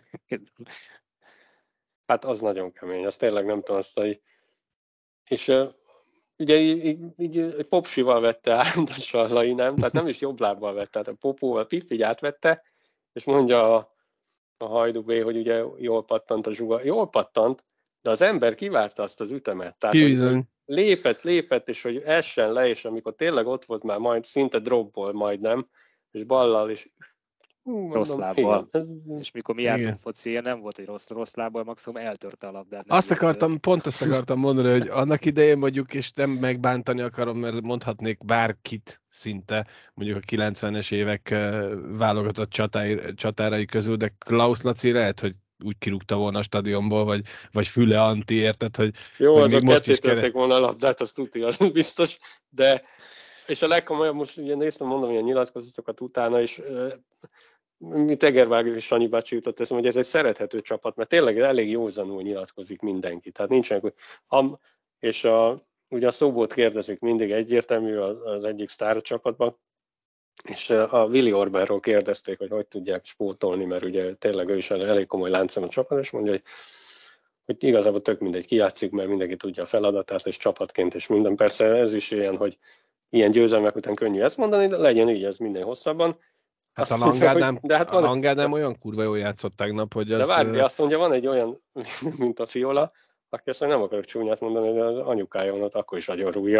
Speaker 1: Hát az nagyon kemény, az tényleg nem tudom azt, hogy... És ugye így popsival vette át a Sallai, nem? Tehát nem is jobb lábbal vette, tehát a popóval Piffi átvette, és mondja a Hajdú B, hogy ugye jól pattant a zsuga. Jól pattant, de az ember kivárta azt az ütemet. Tehát lépett, és hogy essen le, és amikor tényleg ott volt már majd szinte dropból majdnem, és ballal, és
Speaker 3: rossz lábbal. És mikor mi jártunk focilja, nem volt, hogy rossz lábbal, maximum eltörte a labdát.
Speaker 2: Pont azt akartam mondani, hogy annak idején mondjuk, és nem megbántani akarom, mert mondhatnék bárkit szinte, mondjuk a 90-es évek válogatott csatárai közül, de Klaus Laci lehet, hogy úgy kirúgta volna a stadionból, vagy Füle Antti, érted, hogy...
Speaker 1: Jó, azok ketté törték volna a labdát, azt tudja, az biztos, de... És a legkomolyabb, most ugye néztem, mondom, ilyen nyilatkozatokat utána, és Tegervág és Sanyi bácsi jutott eszembe, hogy ez egy szerethető csapat, mert tényleg elég józanul nyilatkozik mindenki. Tehát nincsenek, hogy... És ugye a szóbót kérdezik mindig egyértelmű az egyik sztár csapatban, és a Willi Orbánról kérdezték, hogy tudják spótolni, mert ugye tényleg ő is elég komoly láncem a csapat, és mondja, hogy igazából tök mindegy, kijátszik, mert mindenki tudja a feladatát, és csapatként, és minden. Persze ez is ilyen, hogy ilyen győzelmek után könnyű ezt mondani, de legyen így, ez minden hosszabban.
Speaker 2: Hát a Langádám olyan kurva jól játszott tegnap, hogy az...
Speaker 1: De várj, azt mondja, van egy olyan, mint a Fiola, aki azt nem akarok csúnyát mondani, de az anyukája van ott, akkor is nagyon rúgja.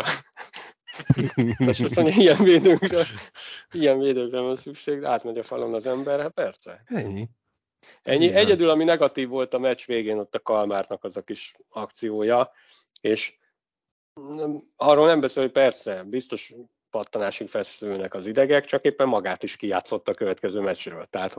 Speaker 1: És azt mondja, ilyen védőkre van szükség, átmegy a falon az ember, hát persze.
Speaker 2: Ennyi.
Speaker 1: Egyedül, ami negatív volt a meccs végén, ott a Kalmárnak az a kis akciója, és arról nem beszél, hogy persze, biztos pattanásig feszülnek az idegek, csak éppen magát is kijátszott a következő meccsről. Tehát,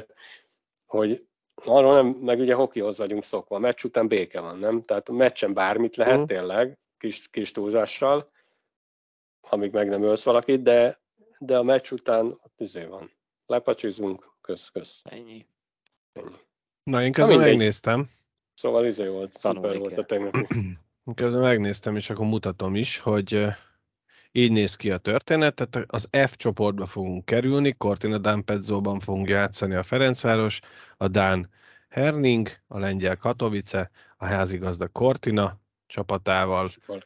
Speaker 1: hogy arról nem, meg ugye hokihoz vagyunk szokva, a meccs után béke van, nem? Tehát a meccsen bármit lehet tényleg, kis túlzással, amíg meg nem ölsz valakit, de a meccs után ott van. Lepacsizunk, kösz.
Speaker 3: Ennyi.
Speaker 2: Na, én közben megnéztem.
Speaker 1: Szóval volt, szuper volt a tegnapi.
Speaker 2: Közben megnéztem, és akkor mutatom is, hogy így néz ki a történet. Tehát az F csoportba fogunk kerülni, Cortina d'Ampezzoban fogunk játszani a Ferencváros, a dán Herning, a lengyel Katowice, a házigazda Cortina csapatával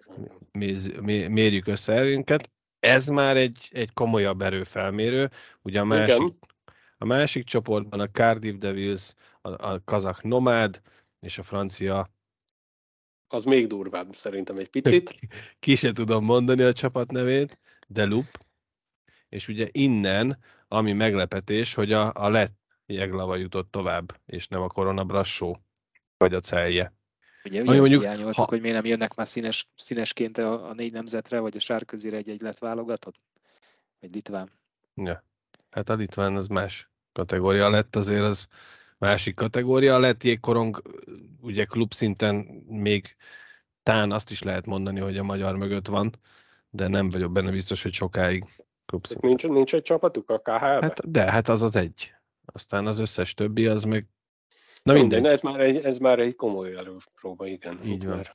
Speaker 2: mérjük össze erőnket. Ez már egy komolyabb erőfelmérő. Ugye a másik csoportban a Cardiff Devils, a kazak Nomád és a francia...
Speaker 1: Az még durvább szerintem egy picit.
Speaker 2: Ki se tudom mondani a csapat nevét, de Lup. És ugye innen, ami meglepetés, hogy a lett Jeglava jutott tovább, és nem a Korona Brassó, vagy a Celje.
Speaker 3: Ugye mondjuk, hiányoltuk, hogy miért nem jönnek már színesként a 4 nemzetre, vagy a Sárközire egy lett válogatott? Vagy litván?
Speaker 2: Ja, hát a litván az más kategória lett, azért az másik kategória. A lett jégkorong, ugye klubszinten még tán azt is lehet mondani, hogy a magyar mögött van, de nem vagyok benne biztos, hogy sokáig klubszinten.
Speaker 1: Nincs egy csapatuk a KHL-be?
Speaker 2: Hát az az egy. Aztán az összes többi az meg...
Speaker 1: Na mindegy. Ez már egy komoly előpróba, igen.
Speaker 2: Így van.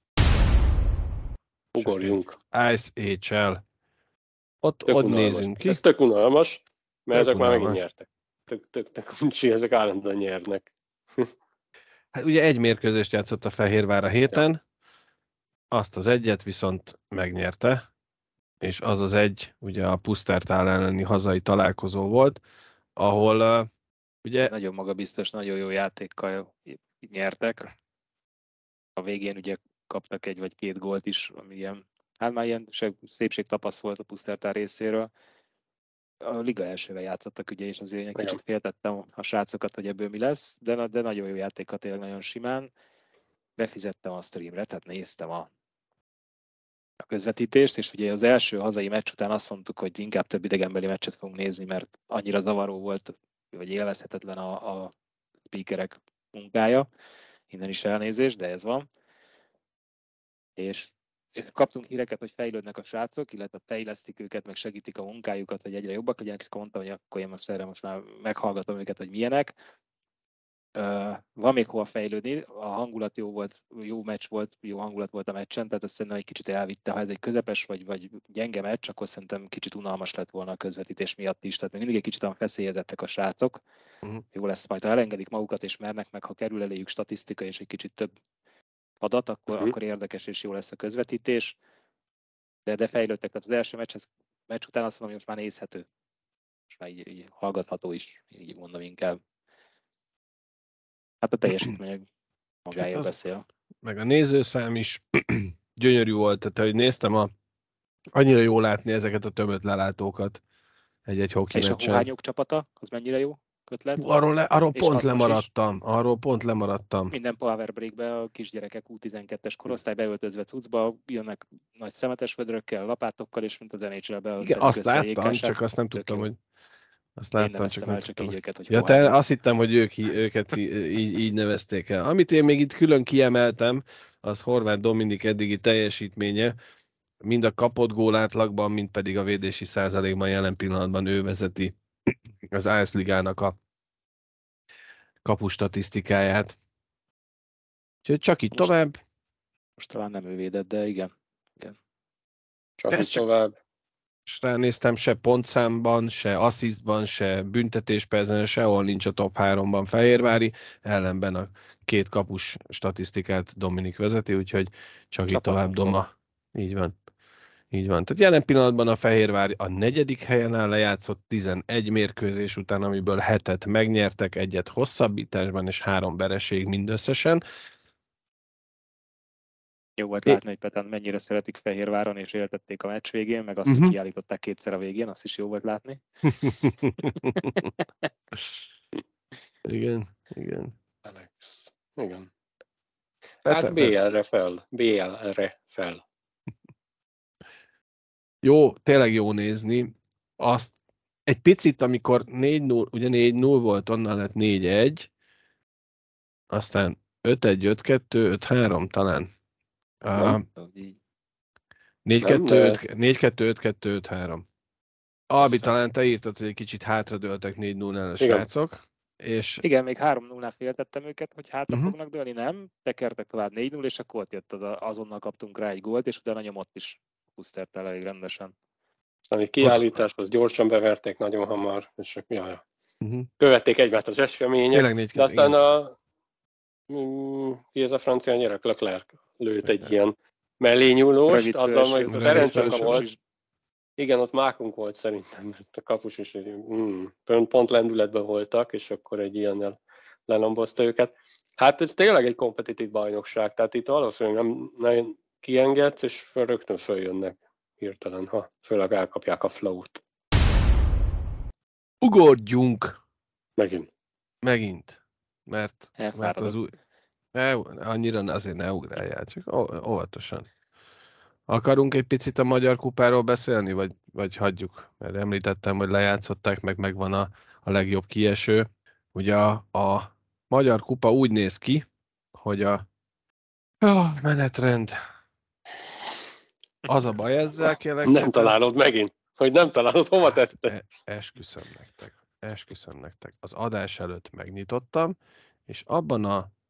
Speaker 1: Ugorjunk.
Speaker 2: ICHL. Ott nézünk ki.
Speaker 1: Ez tök unalmas, mert ezek már megint nyertek. Tök uncsi, ezek állandóan nyernek.
Speaker 2: Hát ugye egy mérkőzést játszott a Fehérvár a héten, azt az egyet viszont megnyerte, és az az egy, ugye a Pusztertál elleni hazai találkozó volt, ahol ugye...
Speaker 3: Nagyon magabiztos, nagyon jó játékkal nyertek. A végén ugye kaptak egy vagy két gólt is, ami ilyen, hát már ilyen szépségtapasz volt a Pusztertál részéről. A liga elsővel játszottak ugye, és azért egy kicsit féltettem a srácokat, hogy ebből mi lesz, de nagyon jó játékkal, tényleg nagyon simán. Befizettem a streamre, tehát néztem a közvetítést, és ugye az első hazai meccs után azt mondtuk, hogy inkább több idegenbeli meccset fogunk nézni, mert annyira zavaró volt, vagy élvezhetetlen a speakerek munkája. Innen is elnézést, de ez van. És kaptunk híreket, hogy fejlődnek a srácok, illetve fejlesztik őket, meg segítik a munkájukat, hogy egyre jobbak legyenek, és akkor mondtam, hogy akkor én most már meghallgatom őket, hogy milyenek. Van még hova fejlődni, a hangulat jó volt, jó meccs volt, jó hangulat volt a meccsen, tehát azt szerintem egy kicsit elvitte, ha ez egy közepes vagy gyenge meccs, akkor szerintem kicsit unalmas lett volna a közvetítés miatt is, tehát még mindig egy kicsit feszélyezettek a srácok. Jó lesz majd, ha elengedik magukat és mernek meg, ha kerül eléjük statisztika és egy kicsit több adat, akkor érdekes és jó lesz a közvetítés, de fejlődtek, tehát az első meccs után azt mondom, hogy most már nézhető, most már így hallgatható is, így mondom inkább. Hát a teljesítmény magáért beszél.
Speaker 2: Meg a nézőszám is gyönyörű volt, tehát hogy néztem, annyira jó látni ezeket a tömött lelátókat egy hoki meccsen.
Speaker 3: És a Huhányok csapata, az mennyire jó ötlet?
Speaker 2: Arról pont lemaradtam.
Speaker 3: Minden power breakbe a kisgyerekek U12-es korosztály beöltözve cuccba, jönnek nagy szemetes vödrökkel, lapátokkal, és mint az NHL-be.
Speaker 2: Igen, azt láttam, csak azt nem tudtam, hogy... Azt láttam, csak nem tudtam.
Speaker 3: Így őket, hogy
Speaker 2: ja, te azt hittem, hogy őket így nevezték el. Amit én még itt külön kiemeltem, az Horváth Dominik eddigi teljesítménye, mind a kapott gólátlagban, mind pedig a védési százalékban jelen pillanatban ő vezeti az AS Ligának a kapustatisztikáját. Úgyhogy csak így tovább.
Speaker 3: Most talán nem ő védett, de igen.
Speaker 1: Csak így tovább.
Speaker 2: És ránéztem, se pontszámban, se asszisztban, se büntetéspercben, sehol nincs a top 3-ban Fehérvári, ellenben a két kapus statisztikát Dominik vezeti, úgyhogy csak így tovább Doma. Így van. Tehát jelen pillanatban a Fehérvári a 4. helyen áll, lejátszott 11 mérkőzés után, amiből 7-et megnyertek, 1-et hosszabbításban és 3 vereség mindösszesen.
Speaker 3: Jó volt látni, hogy Petán mennyire szeretik Fehérváron, és éltették a meccs végén, meg azt, hogy kiállították kétszer a végén, azt is jó volt látni.
Speaker 2: Igen.
Speaker 1: Alex. Igen. Hát BL-re fel.
Speaker 2: Jó, tényleg jó nézni. Azt egy picit, amikor 4-0, ugye 4-0 volt, onnan lett 4-1, aztán 5-1, 5-2, 5-3 talán. 4-2, 5-2, 5-3. Albi, talán te írtad, hogy egy kicsit hátradőltek 4-0-nál a srácok. És...
Speaker 3: Igen, még 3-0-nál féltettem őket, hogy hátra fognak dőlni, nem? Tekertek tovább 4-0, és akkor ott jött, azonnal kaptunk rá egy gólt, és utána nyomott is Pusztertál elég rendesen.
Speaker 1: Aztán egy kiállításhoz gyorsan beverték nagyon hamar, és követték egymást az események, de aztán ki ez a francia nyerek, Leclerc lőtt egy ilyen mellényúlóst, azzal majd a Ferenc volt. Igen, ott mákunk volt szerintem, mert a kapus is pont lendületben voltak, és akkor egy ilyennel lelambozta őket. Hát ez tényleg egy kompetitív bajnokság, tehát itt valószínűleg nem kiengedsz, és rögtön följönnek hirtelen, főleg elkapják a flow-t.
Speaker 2: Ugorjunk!
Speaker 1: Megint.
Speaker 2: Mert az új... Annyira azért ne ugráljál, csak óvatosan. Akarunk egy picit a Magyar Kupáról beszélni, vagy hagyjuk? Mert említettem, hogy lejátszották, megvan a legjobb kieső. Ugye a Magyar Kupa úgy néz ki, hogy a menetrend. Az a baj ezzel, kérlek.
Speaker 1: Nem találod megint, hogy nem találod, hova tetted.
Speaker 2: Esküszöm nektek. Az adás előtt megnyitottam, és abban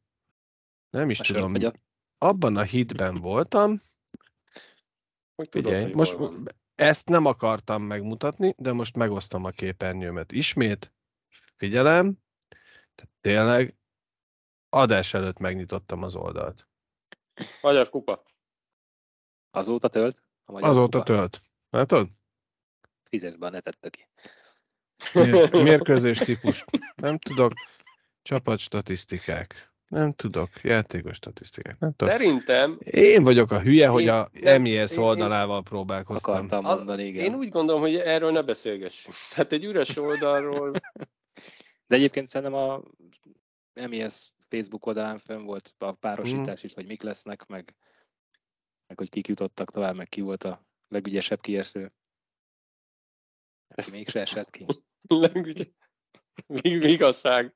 Speaker 2: abban a hitben voltam. Figyelj, most ezt nem akartam megmutatni, de most megosztom a képernyőmet ismét. Figyelem, tehát tényleg adás előtt megnyitottam az oldalt.
Speaker 1: Magyar Kupa.
Speaker 3: Azóta tölt?
Speaker 2: Azóta tölt. Látod?
Speaker 3: Fizes be a netet, ki.
Speaker 2: Mérkőzés típus. Nem tudok. Csapatstatisztikák. Nem tudok. Játékos statisztikák. Nem tudok.
Speaker 1: Szerintem
Speaker 2: Én vagyok a hülye, hogy a
Speaker 1: nem,
Speaker 2: MES oldalával próbálkoztam.
Speaker 3: Akartam mondani, igen.
Speaker 1: Én úgy gondolom, hogy erről ne beszélgessünk. Tehát egy üres oldalról...
Speaker 3: De egyébként szerintem a MES Facebook oldalán fönn volt a párosítás is, hogy mik lesznek, meg hogy kik jutottak tovább, meg ki volt a legügyesebb kieső. Aki mégse esett ki.
Speaker 1: Vigaszág.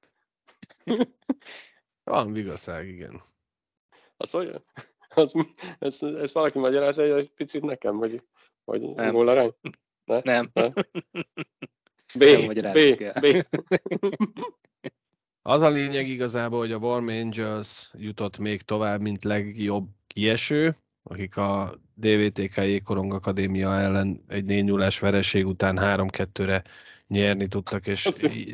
Speaker 2: Van vigaszág, igen.
Speaker 1: Az olyan? Ezt valaki magyarázza egy picit nekem, hogy
Speaker 3: Nem.
Speaker 1: gólarány?
Speaker 3: Nem.
Speaker 1: B.
Speaker 2: Az a lényeg igazából, hogy a Warm Angels jutott még tovább, mint legjobb kieső, akik a DVTK Jégkorong Akadémia ellen egy 4-0-es vereség után 3-2-re nyerni tudtak, és...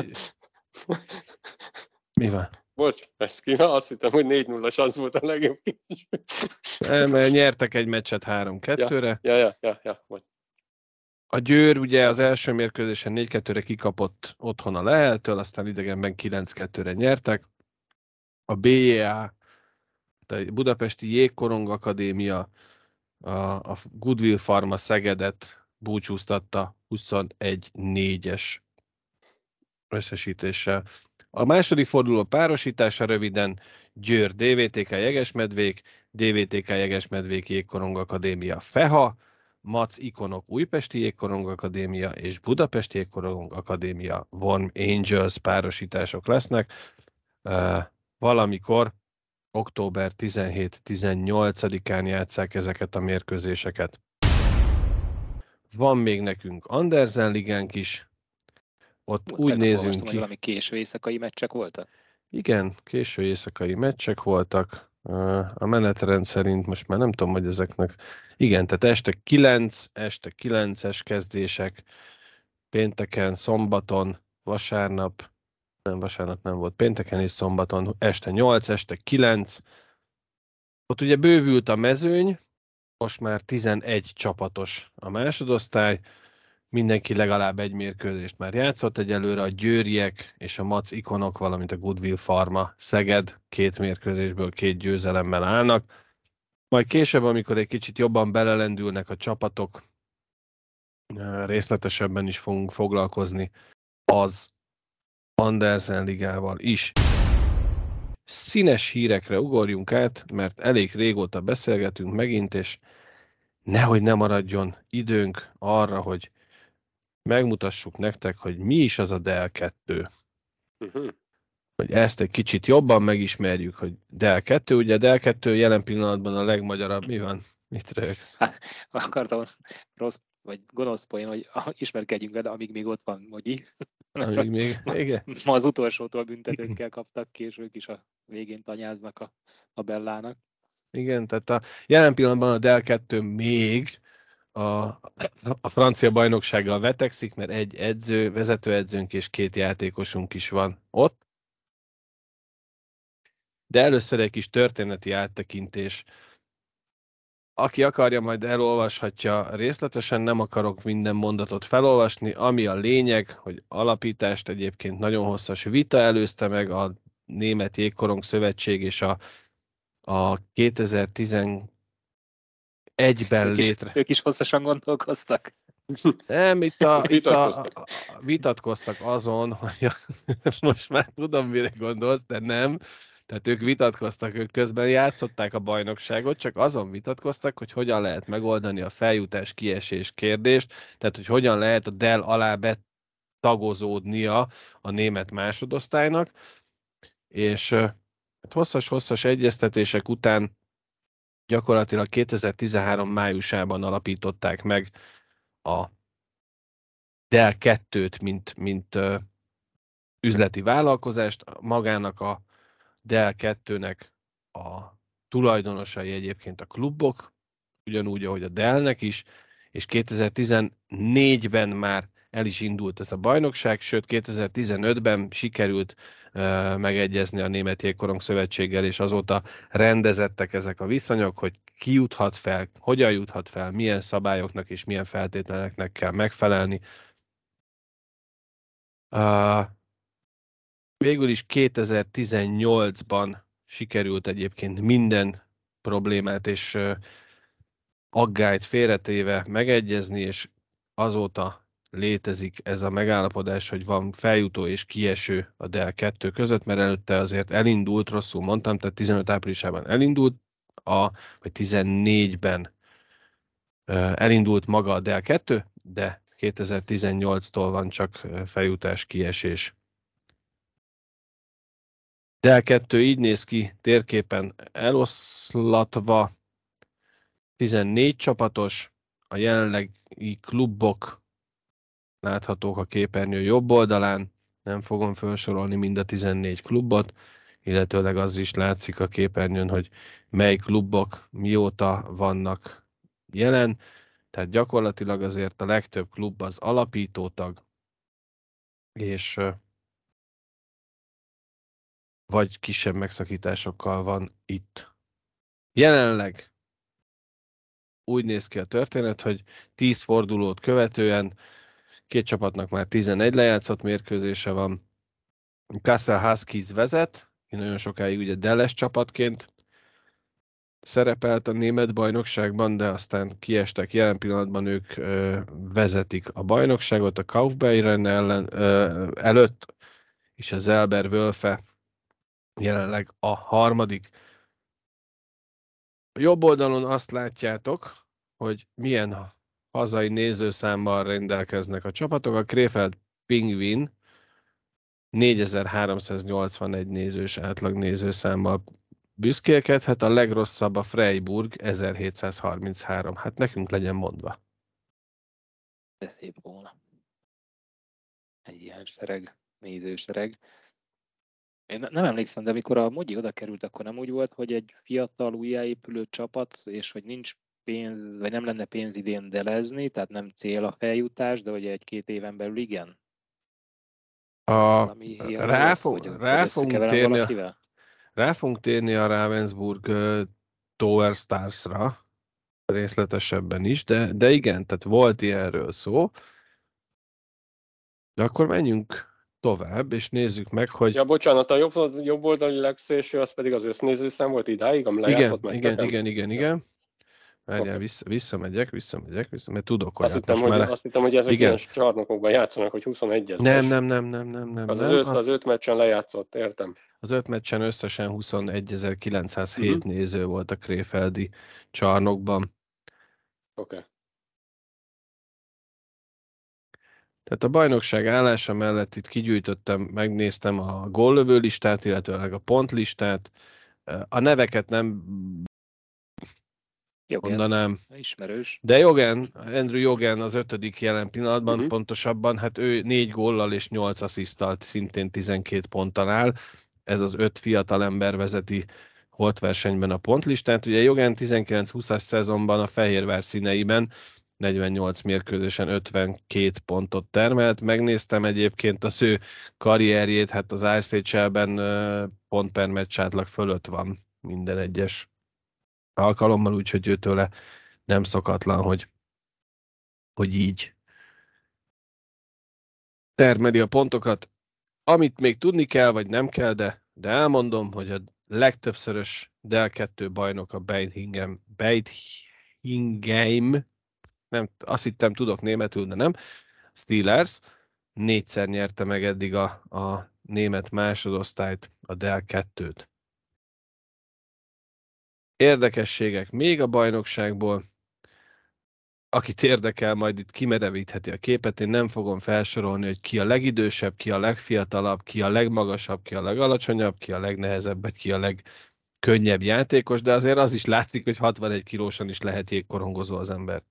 Speaker 2: Mi van?
Speaker 1: Bocs, ezt kíván, azt hittem, hogy 4-0-as az volt a legjobb kieső.
Speaker 2: Mert nyertek egy meccset 3-2-re.
Speaker 1: Ja.
Speaker 2: A Győr ugye az első mérkőzésen 4-2-re kikapott otthon a Leheltől, aztán idegenben 9-2-re nyertek. A BJA, a Budapesti Jégkorong Akadémia, a Goodwill Pharma Szegedet búcsúztatta 21-4-es összesítéssel. A második forduló párosítása röviden: Győr DVTK Jegesmedvék, DVTK Jegesmedvék Jégkorong Akadémia Feha, Mac Ikonok Újpesti Jégkorong Akadémia és Budapesti Jégkorong Akadémia Warm Angels párosítások lesznek. Valamikor október 17-18-án játsszák ezeket a mérkőzéseket. Van még nekünk Andersen ligánk is. Ott úgy nézünk ki.
Speaker 3: Hogy valami késő éjszakai meccsek voltak?
Speaker 2: Igen, késő éjszakai meccsek voltak. A menetrend szerint most már nem tudom, hogy ezeknek... Igen, tehát este 9-es kezdések, pénteken, szombaton, vasárnap nem volt, pénteken és szombaton este 8, este 9. Ott ugye bővült a mezőny, most már 11 csapatos a másodosztály, mindenki legalább egy mérkőzést már játszott, egyelőre a győriek és a Mac Ikonok, valamint a Goodwill Pharma Szeged 2 mérkőzésből 2 győzelemmel állnak. Majd később, amikor egy kicsit jobban belelendülnek a csapatok, részletesebben is fogunk foglalkozni az Andersen ligával is. Színes hírekre ugorjunk át, mert elég régóta beszélgetünk megint, és nehogy ne maradjon időnk arra, hogy megmutassuk nektek, hogy mi is az a Dell 2. Hogy ezt egy kicsit jobban megismerjük, hogy Dell 2, ugye Dell 2 jelen pillanatban a legmagyarabb. Mi van? Mit rögsz?
Speaker 3: Akartam rossz vagy gonosz poén, hogy ismerkedjünk vele, amíg még ott van Mogyi.
Speaker 2: Amíg még, igen.
Speaker 3: Ma az utolsótól büntetőkkel kaptak, késők is a végén tanyáznak a Bellának.
Speaker 2: Igen, tehát jelen pillanatban a Dell 2 még a francia bajnoksággal vetekszik, mert egy vezetőedzőnk és 2 játékosunk is van ott. De először egy kis történeti áttekintés. Aki akarja, majd elolvashatja részletesen, nem akarok minden mondatot felolvasni. Ami a lényeg, hogy alapítást egyébként nagyon hosszas vita előzte meg a Német Jégkorong Szövetség és a 2011-ben létre.
Speaker 3: Ők is hosszasan gondolkoztak.
Speaker 2: Nem, itt vitatkoztak azon, hogy most már tudom, mire gondolsz, de nem. Tehát ők vitatkoztak, ők közben játszották a bajnokságot, csak azon vitatkoztak, hogy hogyan lehet megoldani a feljutás-kiesés kérdést, tehát hogy hogyan lehet a Dell alá betagozódnia a német másodosztálynak, és hosszas egyeztetések után gyakorlatilag 2013 májusában alapították meg a Dell 2-t, mint üzleti vállalkozást. Magának a Dell 2-nek a tulajdonosai egyébként a klubok, ugyanúgy, ahogy a Dellnek is, és 2014-ben már el is indult ez a bajnokság, sőt 2015-ben sikerült megegyezni a Német Jégkorong Szövetséggel, és azóta rendezettek ezek a viszonyok, hogy ki juthat fel, hogyan juthat fel, milyen szabályoknak és milyen feltételeknek kell megfelelni. Végül is 2018-ban sikerült egyébként minden problémát és aggályt félretéve megegyezni, és azóta létezik ez a megállapodás, hogy van feljutó és kieső a DEL 2 között, mert előtte azért elindult, rosszul mondtam, tehát 15 áprilisában elindult, vagy 14-ben elindult maga a DEL 2, de 2018-tól van csak feljutás, kiesés. DEL 2 így néz ki térképen eloszlatva, 14 csapatos, a jelenlegi klubok láthatók a képernyő jobb oldalán, nem fogom felsorolni mind a 14 klubot, illetőleg az is látszik a képernyőn, hogy mely klubok mióta vannak jelen, tehát gyakorlatilag azért a legtöbb klub az alapítótag, és vagy kisebb megszakításokkal van itt. Jelenleg úgy néz ki a történet, hogy 10 fordulót követően két csapatnak már 11 lejátszott mérkőzése van. Kassel Huskies vezet, nagyon sokáig ugye Delles csapatként szerepelt a német bajnokságban, de aztán kiestek, jelen pillanatban ők vezetik a bajnokságot a Kaufbeuren előtt, és a Zelber Wölfe jelenleg a harmadik. A jobb oldalon azt látjátok, hogy milyen hazai nézőszámmal rendelkeznek a csapatok. A Krefeld Pingvin 4381 nézős átlag nézőszámmal büszkélkedhet, a legrosszabb a Freiburg 1733. Hát nekünk legyen mondva.
Speaker 3: De szép volna. Egy ilyen sereg, nézősereg. Én nem emlékszem, de amikor a Mogyi oda került, akkor nem úgy volt, hogy egy fiatal, újjáépülő csapat, és hogy nincs pénz, vagy nem lenne pénz idén delezni, tehát nem cél a feljutás, de hogy egy-két éven belül igen?
Speaker 2: Rá fogunk térni a Ravensburg Tower Stars-ra részletesebben is, de igen, tehát volt ilyenről szó. De akkor menjünk tovább, és nézzük meg, hogy...
Speaker 1: Ja, bocsánat, a jobb oldali legszélső, az pedig az össznézőszám volt idáig, ami lejátszott
Speaker 2: meccsen? Igen. Várjál,
Speaker 1: Okay.
Speaker 2: Visszamegyek, mert tudok olyat.
Speaker 1: Azt hittem, hogy ezek ilyen csarnokokban játszanak, hogy 21 ezeres.
Speaker 2: Nem.
Speaker 1: Az 5 meccsen lejátszott, értem.
Speaker 2: Az 5 meccsen összesen 21.907 néző volt a Krefeldi csarnokban.
Speaker 1: Oké.
Speaker 2: Tehát a bajnokság állása mellett itt kigyűjtöttem, megnéztem a góllövő listát, illetőleg a pontlistát. A neveket nem mondanám.
Speaker 3: Ismerős.
Speaker 2: De Andrew Jogen az 5. jelen pillanatban, pontosabban, hát ő 4 góllal és 8 asszisztalt, szintén 12 ponttal áll. Ez az 5 fiatal ember vezeti holtversenyben a pontlistát. Ugye Jogen 19-20-as szezonban a Fehérvár színeiben 48 mérkőzésen 52 pontot termelt. Megnéztem egyébként az ő karrierjét, hát az ISHL-ben pont per meccs átlag fölött van minden egyes alkalommal, úgyhogy őtőle nem szokatlan, hogy így termeli a pontokat. Amit még tudni kell, vagy nem kell, de elmondom, hogy a legtöbbszörös DEL 2 bajnok a Beidheim, nem, azt hittem tudok németül, de nem, Steelers, 4-szer nyerte meg eddig a német másodosztályt, a DEL 2-t. Érdekességek még a bajnokságból, akit érdekel, majd itt kimerevítheti a képet, én nem fogom felsorolni, hogy ki a legidősebb, ki a legfiatalabb, ki a legmagasabb, ki a legalacsonyabb, ki a legnehezebb, vagy ki a legkönnyebb játékos, de azért az is látszik, hogy 61 kilósan is lehet jégkorongozó az ember.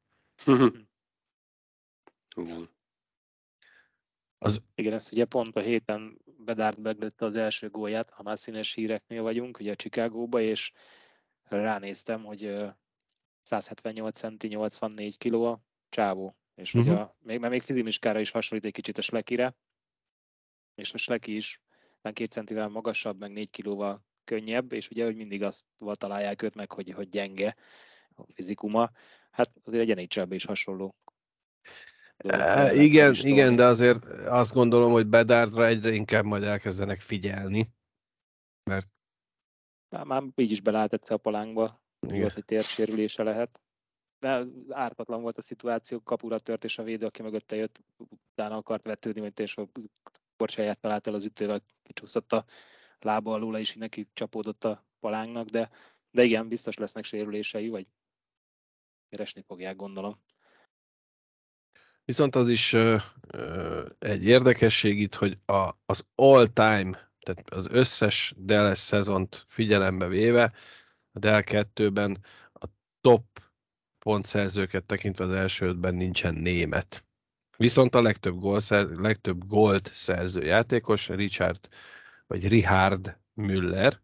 Speaker 3: Igen, ezt ugye pont a héten Bedard meglőtte az első gólját, ha már színes híreknél vagyunk, ugye Chicagóba, és ránéztem, hogy 178 centi, 84 kiló a csávó. És ugye még Fizimiskára is hasonlít egy kicsit a Slekire, és a Sleki is 2 centivel magasabb, meg 4 kilóval könnyebb, és ugye, hogy mindig azt találják őt meg, hogy gyenge a fizikuma. Hát azért egy NHL-ben is hasonló dologról lehet
Speaker 2: Igen, de azért azt gondolom, hogy Bedárdra egyre inkább majd elkezdenek figyelni, mert
Speaker 3: már így is belállt egyszer a palánkba,
Speaker 2: igen.
Speaker 3: volt, hogy térsérülése lehet. De ártatlan volt a szituáció, kapura tört, és a védő, aki mögötte jött, utána akart vetődni, és a korcsáját talált el az ütővel, kicsúszott a lába alól, és neki csapódott a palánknak, de igen, biztos lesznek sérülései, vagy keresni fogják, gondolom.
Speaker 2: Viszont az is egy érdekesség itt, hogy az all-time, tehát az összes Dallas szezont figyelembe véve, a Dell 2-ben a top pontszerzőket tekintve az első ötben nincsen német. Viszont a legtöbb gólt szerző játékos Richard Müller,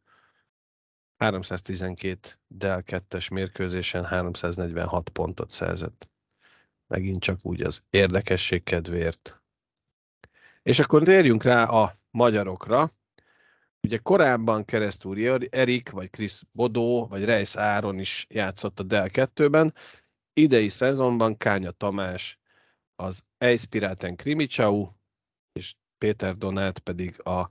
Speaker 2: 312 Dell 2-es mérkőzésen 346 pontot szerzett. Megint csak úgy az érdekesség kedvéért. És akkor térjünk rá a magyarokra. Ugye korábban Keresztúri Erik, vagy Krisz Bodó, vagy Reisz Áron is játszott a Dell 2-ben. Idei szezonban Kánya Tamás az Eispiraten Krimicsau, és Péter Donát pedig a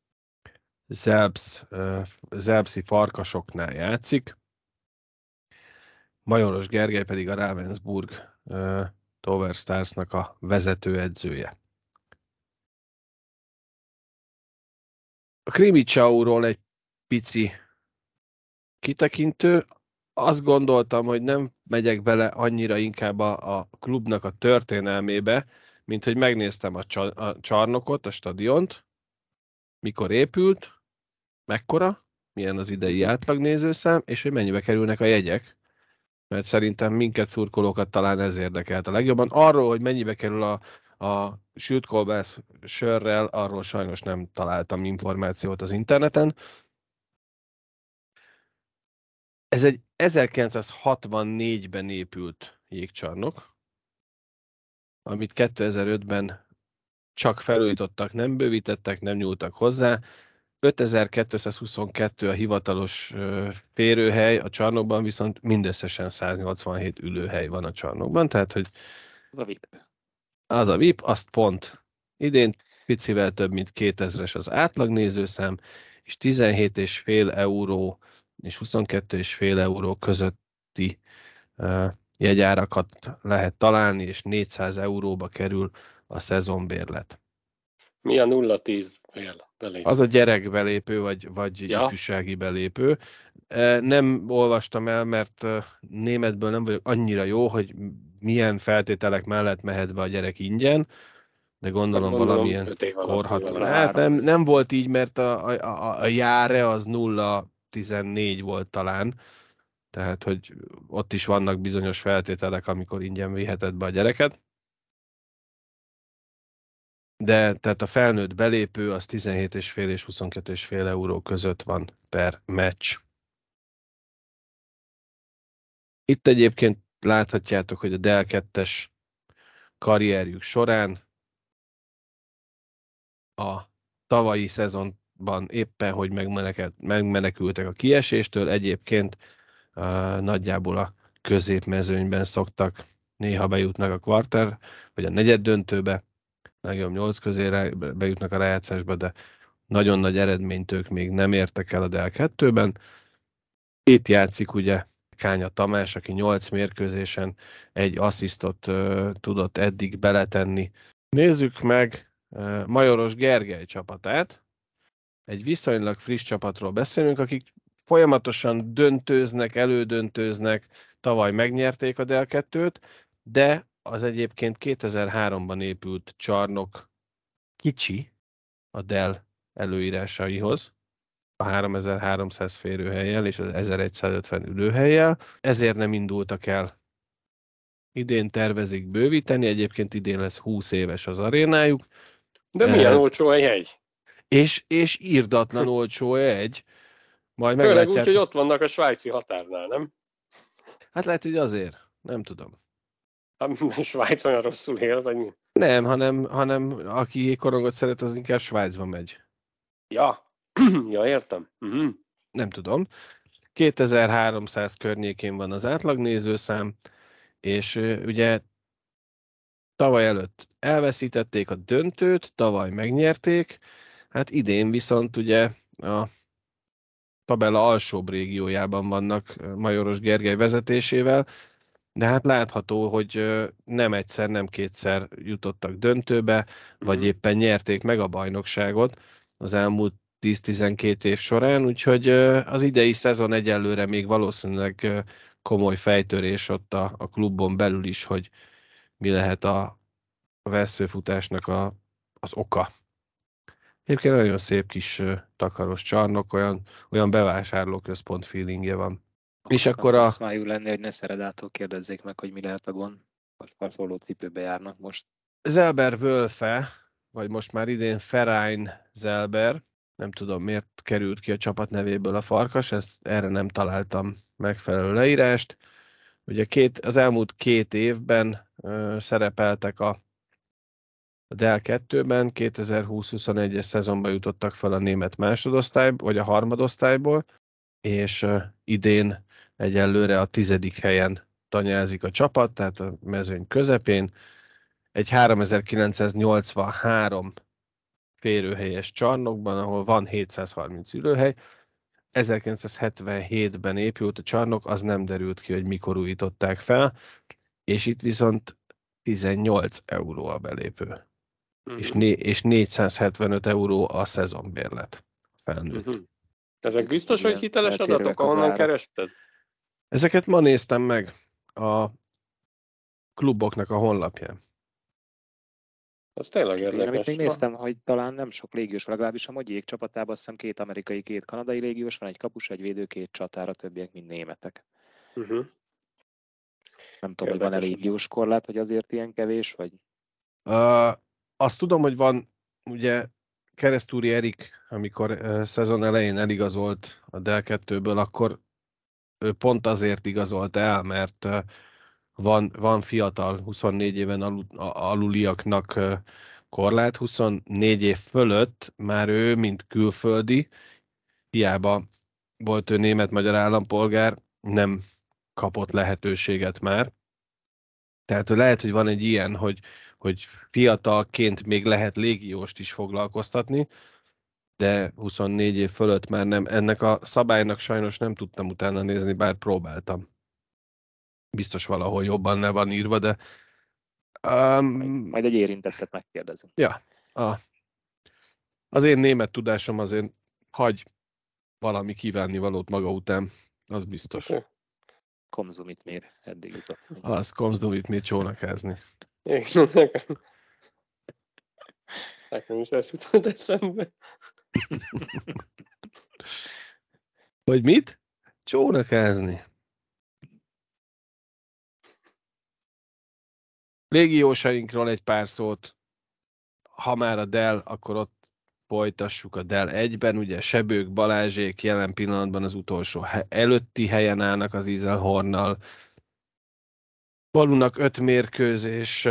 Speaker 2: Zelpszi Farkasoknál játszik. Majoros Gergely pedig a Ravensburg Tower Starsnak a vezetőedzője. A Krimicsauról egy pici kitekintő. Azt gondoltam, hogy nem megyek bele annyira inkább a klubnak a történelmébe, mint hogy megnéztem a csarnokot, a stadiont, mikor épült, mekkora, milyen az idei átlagnézőszám, és hogy mennyibe kerülnek a jegyek. Mert szerintem minket szurkolókat talán ez érdekelt a legjobban. Arról, hogy mennyibe kerül a sült kolbász sörrel, arról sajnos nem találtam információt az interneten. Ez egy 1964-ben épült jégcsarnok, amit 2005-ben csak felújítottak, nem bővítettek, nem nyúltak hozzá. 5222 a hivatalos férőhely a csarnokban, viszont mindösszesen 187 ülőhely van a csarnokban, tehát hogy
Speaker 3: Az a VIP.
Speaker 2: Az a VIP, azt pont idén picivel több mint 2000-es az átlagnézőszám, és 17,5 euró és 22,5 euró közötti jegyárakat lehet találni, és 400 euróba kerül a szezonbérlet.
Speaker 1: Mi a 0-10 belépő?
Speaker 2: Az a gyerekbelépő, vagy ifjúsági belépő. Nem olvastam el, mert németből nem vagyok annyira jó, hogy milyen feltételek mellett mehet be a gyerek ingyen, de gondolom valamilyen korhatár. Hát nem volt így, mert a járe az 0,14 volt talán, tehát hogy ott is vannak bizonyos feltételek, amikor ingyen viheted be a gyereket. De tehát a felnőtt belépő az 17,5 és 22,5 euró között van per meccs. Itt egyébként láthatjátok, hogy a Dell 2-es karrierjük során a tavalyi szezonban éppen, hogy megmenekültek a kieséstől, egyébként nagyjából a középmezőnyben szoktak, néha bejutnak a kvarter, vagy a negyeddöntőbe, legjobb 8 közé bejutnak a rájátszásba, de nagyon nagy eredményt ők még nem értek el a Dell 2-ben. Itt játszik ugye Kánya Tamás, aki 8 mérkőzésen egy asszisztot tudott eddig beletenni. Nézzük meg Majoros Gergely csapatát. Egy viszonylag friss csapatról beszélünk, akik folyamatosan döntőznek, elődöntőznek, tavaly megnyerték a Dell 2-t, de az egyébként 2003-ban épült csarnok kicsi a Dell előírásaihoz, a 3300 férőhellyel és az 1150 ülőhellyel, ezért nem indultak el. Idén tervezik bővíteni, egyébként idén lesz 20 éves az arénájuk.
Speaker 1: De milyen olcsó egy hegy?
Speaker 2: És írdatlan olcsó egy. Majd
Speaker 1: főleg úgy, hogy ott vannak a svájci határnál, nem?
Speaker 2: Hát lehet, hogy azért. Nem tudom.
Speaker 1: A Svájc olyan rosszul él, vagy mi?
Speaker 2: Nem, hanem aki korongot szeret, az inkább Svájcba megy.
Speaker 1: Ja, ja, értem.
Speaker 2: Nem tudom. 2300 környékén van az átlag nézőszám, és ugye tavaly előtt elveszítették a döntőt, tavaly megnyerték, hát idén viszont ugye a tabella alsóbb régiójában vannak Majoros Gergely vezetésével, de hát látható, hogy nem egyszer, nem kétszer jutottak döntőbe, vagy éppen nyerték meg a bajnokságot az elmúlt 10-12 év során, úgyhogy az idei szezon egyelőre még valószínűleg komoly fejtörés ott a klubon belül is, hogy mi lehet a vesszőfutásnak az oka. Egyébként nagyon szép kis takaros csarnok, olyan bevásárlóközpont feelingje van. És akkor
Speaker 3: a... Májú lenni, hogy ne Szeredától kérdezzék meg, hogy mi lehet a gond. Most parkoló cipőbe járnak most.
Speaker 2: Zelber Wölfe, vagy most már idén Verein Zelber, nem tudom miért került ki a csapat nevéből a farkas, erre nem találtam megfelelő leírást. Ugye az elmúlt 2 évben szerepeltek a DEL 2-ben, 2020-21-es szezonban jutottak fel a német másodosztályból, vagy a harmadosztályból, és idén egyelőre a 10. helyen tanyázik a csapat, tehát a mezőny közepén. Egy 3983 férőhelyes csarnokban, ahol van 730 ülőhely. 1977-ben épült a csarnok, az nem derült ki, hogy mikor újították fel, és itt viszont 18 euró a belépő. És 475 euró a szezonbérlet felnőtt.
Speaker 1: Ezek biztos, hogy hiteles adatok, ahonnan kerested?
Speaker 2: Ezeket ma néztem meg a kluboknak a honlapján.
Speaker 1: Az tényleg érdekes.
Speaker 3: Én még néztem, hogy talán nem sok légiós, legalábbis a Magyék csapatában azt hiszem 2 amerikai, 2 kanadai légiós van, egy kapus, egy védő, 2 csatár, a többiek mind németek. Nem tudom, hogy van-e légiós korlát, hogy azért ilyen kevés, vagy?
Speaker 2: Azt tudom, hogy van, ugye Keresztúri Erik, amikor szezon elején eligazolt a DEL 2-ből, akkor ő pont azért igazolt el, mert van fiatal 24 éven aluliaknak korlát, 24 év fölött már ő, mint külföldi, hiába volt ő német-magyar állampolgár, nem kapott lehetőséget már. Tehát lehet, hogy van egy ilyen, hogy fiatalként még lehet légióst is foglalkoztatni, de 24 év fölött már nem. Ennek a szabálynak sajnos nem tudtam utána nézni, bár próbáltam. Biztos valahol jobban le van írva, de...
Speaker 3: Majd egy érintettet megkérdezünk.
Speaker 2: Ja, az én német tudásom azért hagy valami kívánnivalót maga után, az biztos.
Speaker 3: Komzumit mér, eddig jutott.
Speaker 2: Az komzumit mér csónakázni.
Speaker 1: Nekem is ezt jutott eszembe.
Speaker 2: Hogy mit? Csónakázni. Légiósainkról egy pár szót. Ha már a DEL, akkor ott folytassuk a DEL 1-ben. Ugye Sebők, Balázsék jelen pillanatban az utolsó előtti helyen állnak az Iselhornnal. Balunak 5 mérkőzés,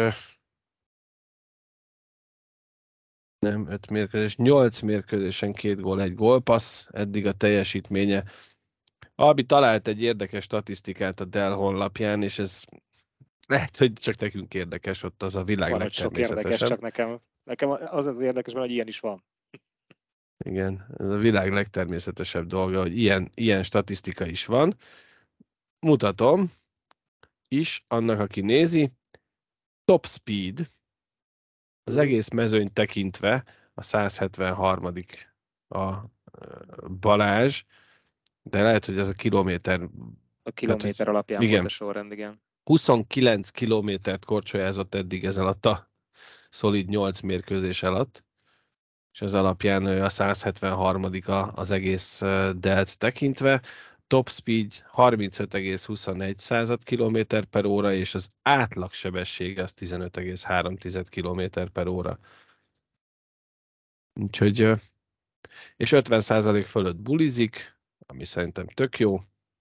Speaker 2: nem 5 mérkőzés, 8 mérkőzésen 2 gól, 1 gólpassz, eddig a teljesítménye. Albi talált egy érdekes statisztikát a DEL honlapján, és ez lehet, hogy csak nekünk érdekes, ott az a világ
Speaker 3: van, legtermészetesebb. Sok érdekes, csak nekem az érdekes, mert hogy ilyen is van.
Speaker 2: Igen, ez a világ legtermészetesebb dolga, hogy ilyen statisztika is van. Mutatom is annak, aki nézi. Top speed, az egész mezőny tekintve a 173. a Balázs, de lehet, hogy ez a kilométer...
Speaker 3: A kilométer alapján
Speaker 2: igen,
Speaker 3: volt a sorrend, igen.
Speaker 2: 29 kilométert korcsolyázott eddig ez alatt a szolid 8 mérkőzés alatt, és ez alapján a 173. az egész DEL-t tekintve. Top speed 35,21 km/h, és az átlagsebessége az 15,3 km/h. Úgyhogy, és 50% fölött bulizik, ami szerintem tök jó.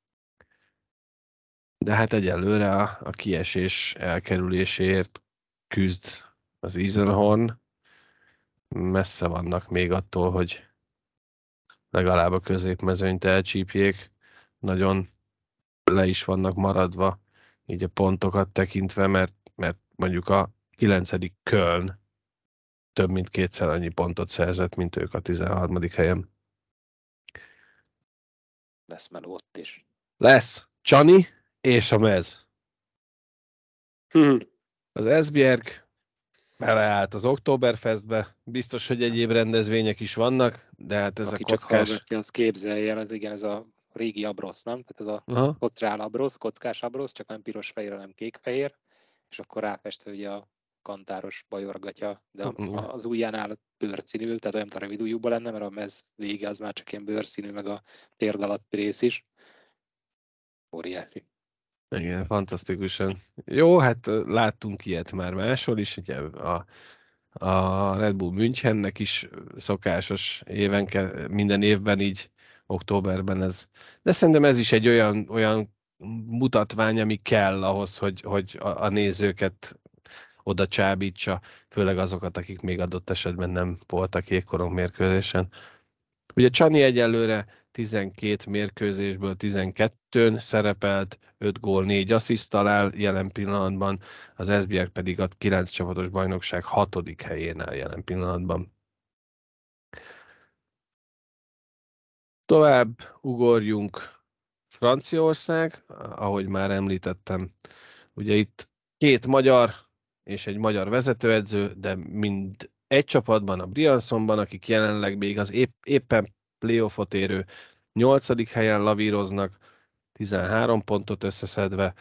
Speaker 2: De hát egyelőre a kiesés elkerüléséért küzd az Iselhorn. Messze vannak még attól, hogy legalább a középmezőnyt elcsípjék. Nagyon le is vannak maradva, így a pontokat tekintve, mert mondjuk a 9. Köln több mint 2-szer annyi pontot szerzett, mint ők a 13. helyen.
Speaker 3: Lesz meló ott is.
Speaker 2: Lesz Csani és a Mez.
Speaker 1: Hm.
Speaker 2: Az Esbjerg beleállt az Oktoberfestbe, biztos, hogy egyéb rendezvények is vannak, de hát ez
Speaker 3: Aki
Speaker 2: a kockás...
Speaker 3: csak hallgatja, az képzelje el, ez a régi Abrosz, nem? Tehát ez a kotrál Abrosz, kockás Abrosz, csak nem piros-fehér, hanem kék-fehér, és akkor ráfestve ugye a kantáros bajorgatja, de az ujjánál bőrszínű, tehát olyan, mint a rövid ujjúban lenne, mert a mez vége az már csak ilyen bőrszínű, meg a térd alatti rész is. Óriási.
Speaker 2: Igen, fantasztikusan. Jó, hát láttunk ilyet már máshol is, ugye a Red Bull Münchennek is szokásos minden évben így októberben ez. De szerintem ez is egy olyan mutatvány, ami kell ahhoz, hogy a nézőket oda csábítsa, főleg azokat, akik még adott esetben nem voltak jégkorong mérkőzésen. Ugye Csani egyelőre 12 mérkőzésből 12-n szerepelt, 5 gól, 4 assziszttal áll jelen pillanatban, az Esbjerg pedig a 9 csapatos bajnokság 6. helyén áll jelen pillanatban. Tovább ugorjunk Franciaország, ahogy már említettem, ugye itt 2 magyar és egy magyar vezetőedző, de mind egy csapatban, a Briançonban, akik jelenleg még az éppen playoffot érő 8. helyen lavíroznak, 13 pontot összeszedve.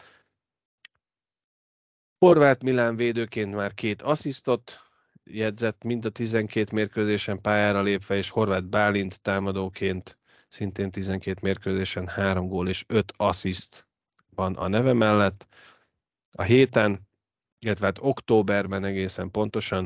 Speaker 2: Horváth Milán védőként már 2 asszisztot jegyzett, mind a 12 mérkőzésen pályára lépve, és Horváth Bálint támadóként szintén 12 mérkőzésen 3 gól és 5 assziszt van a neve mellett. A héten, illetve hát októberben egészen pontosan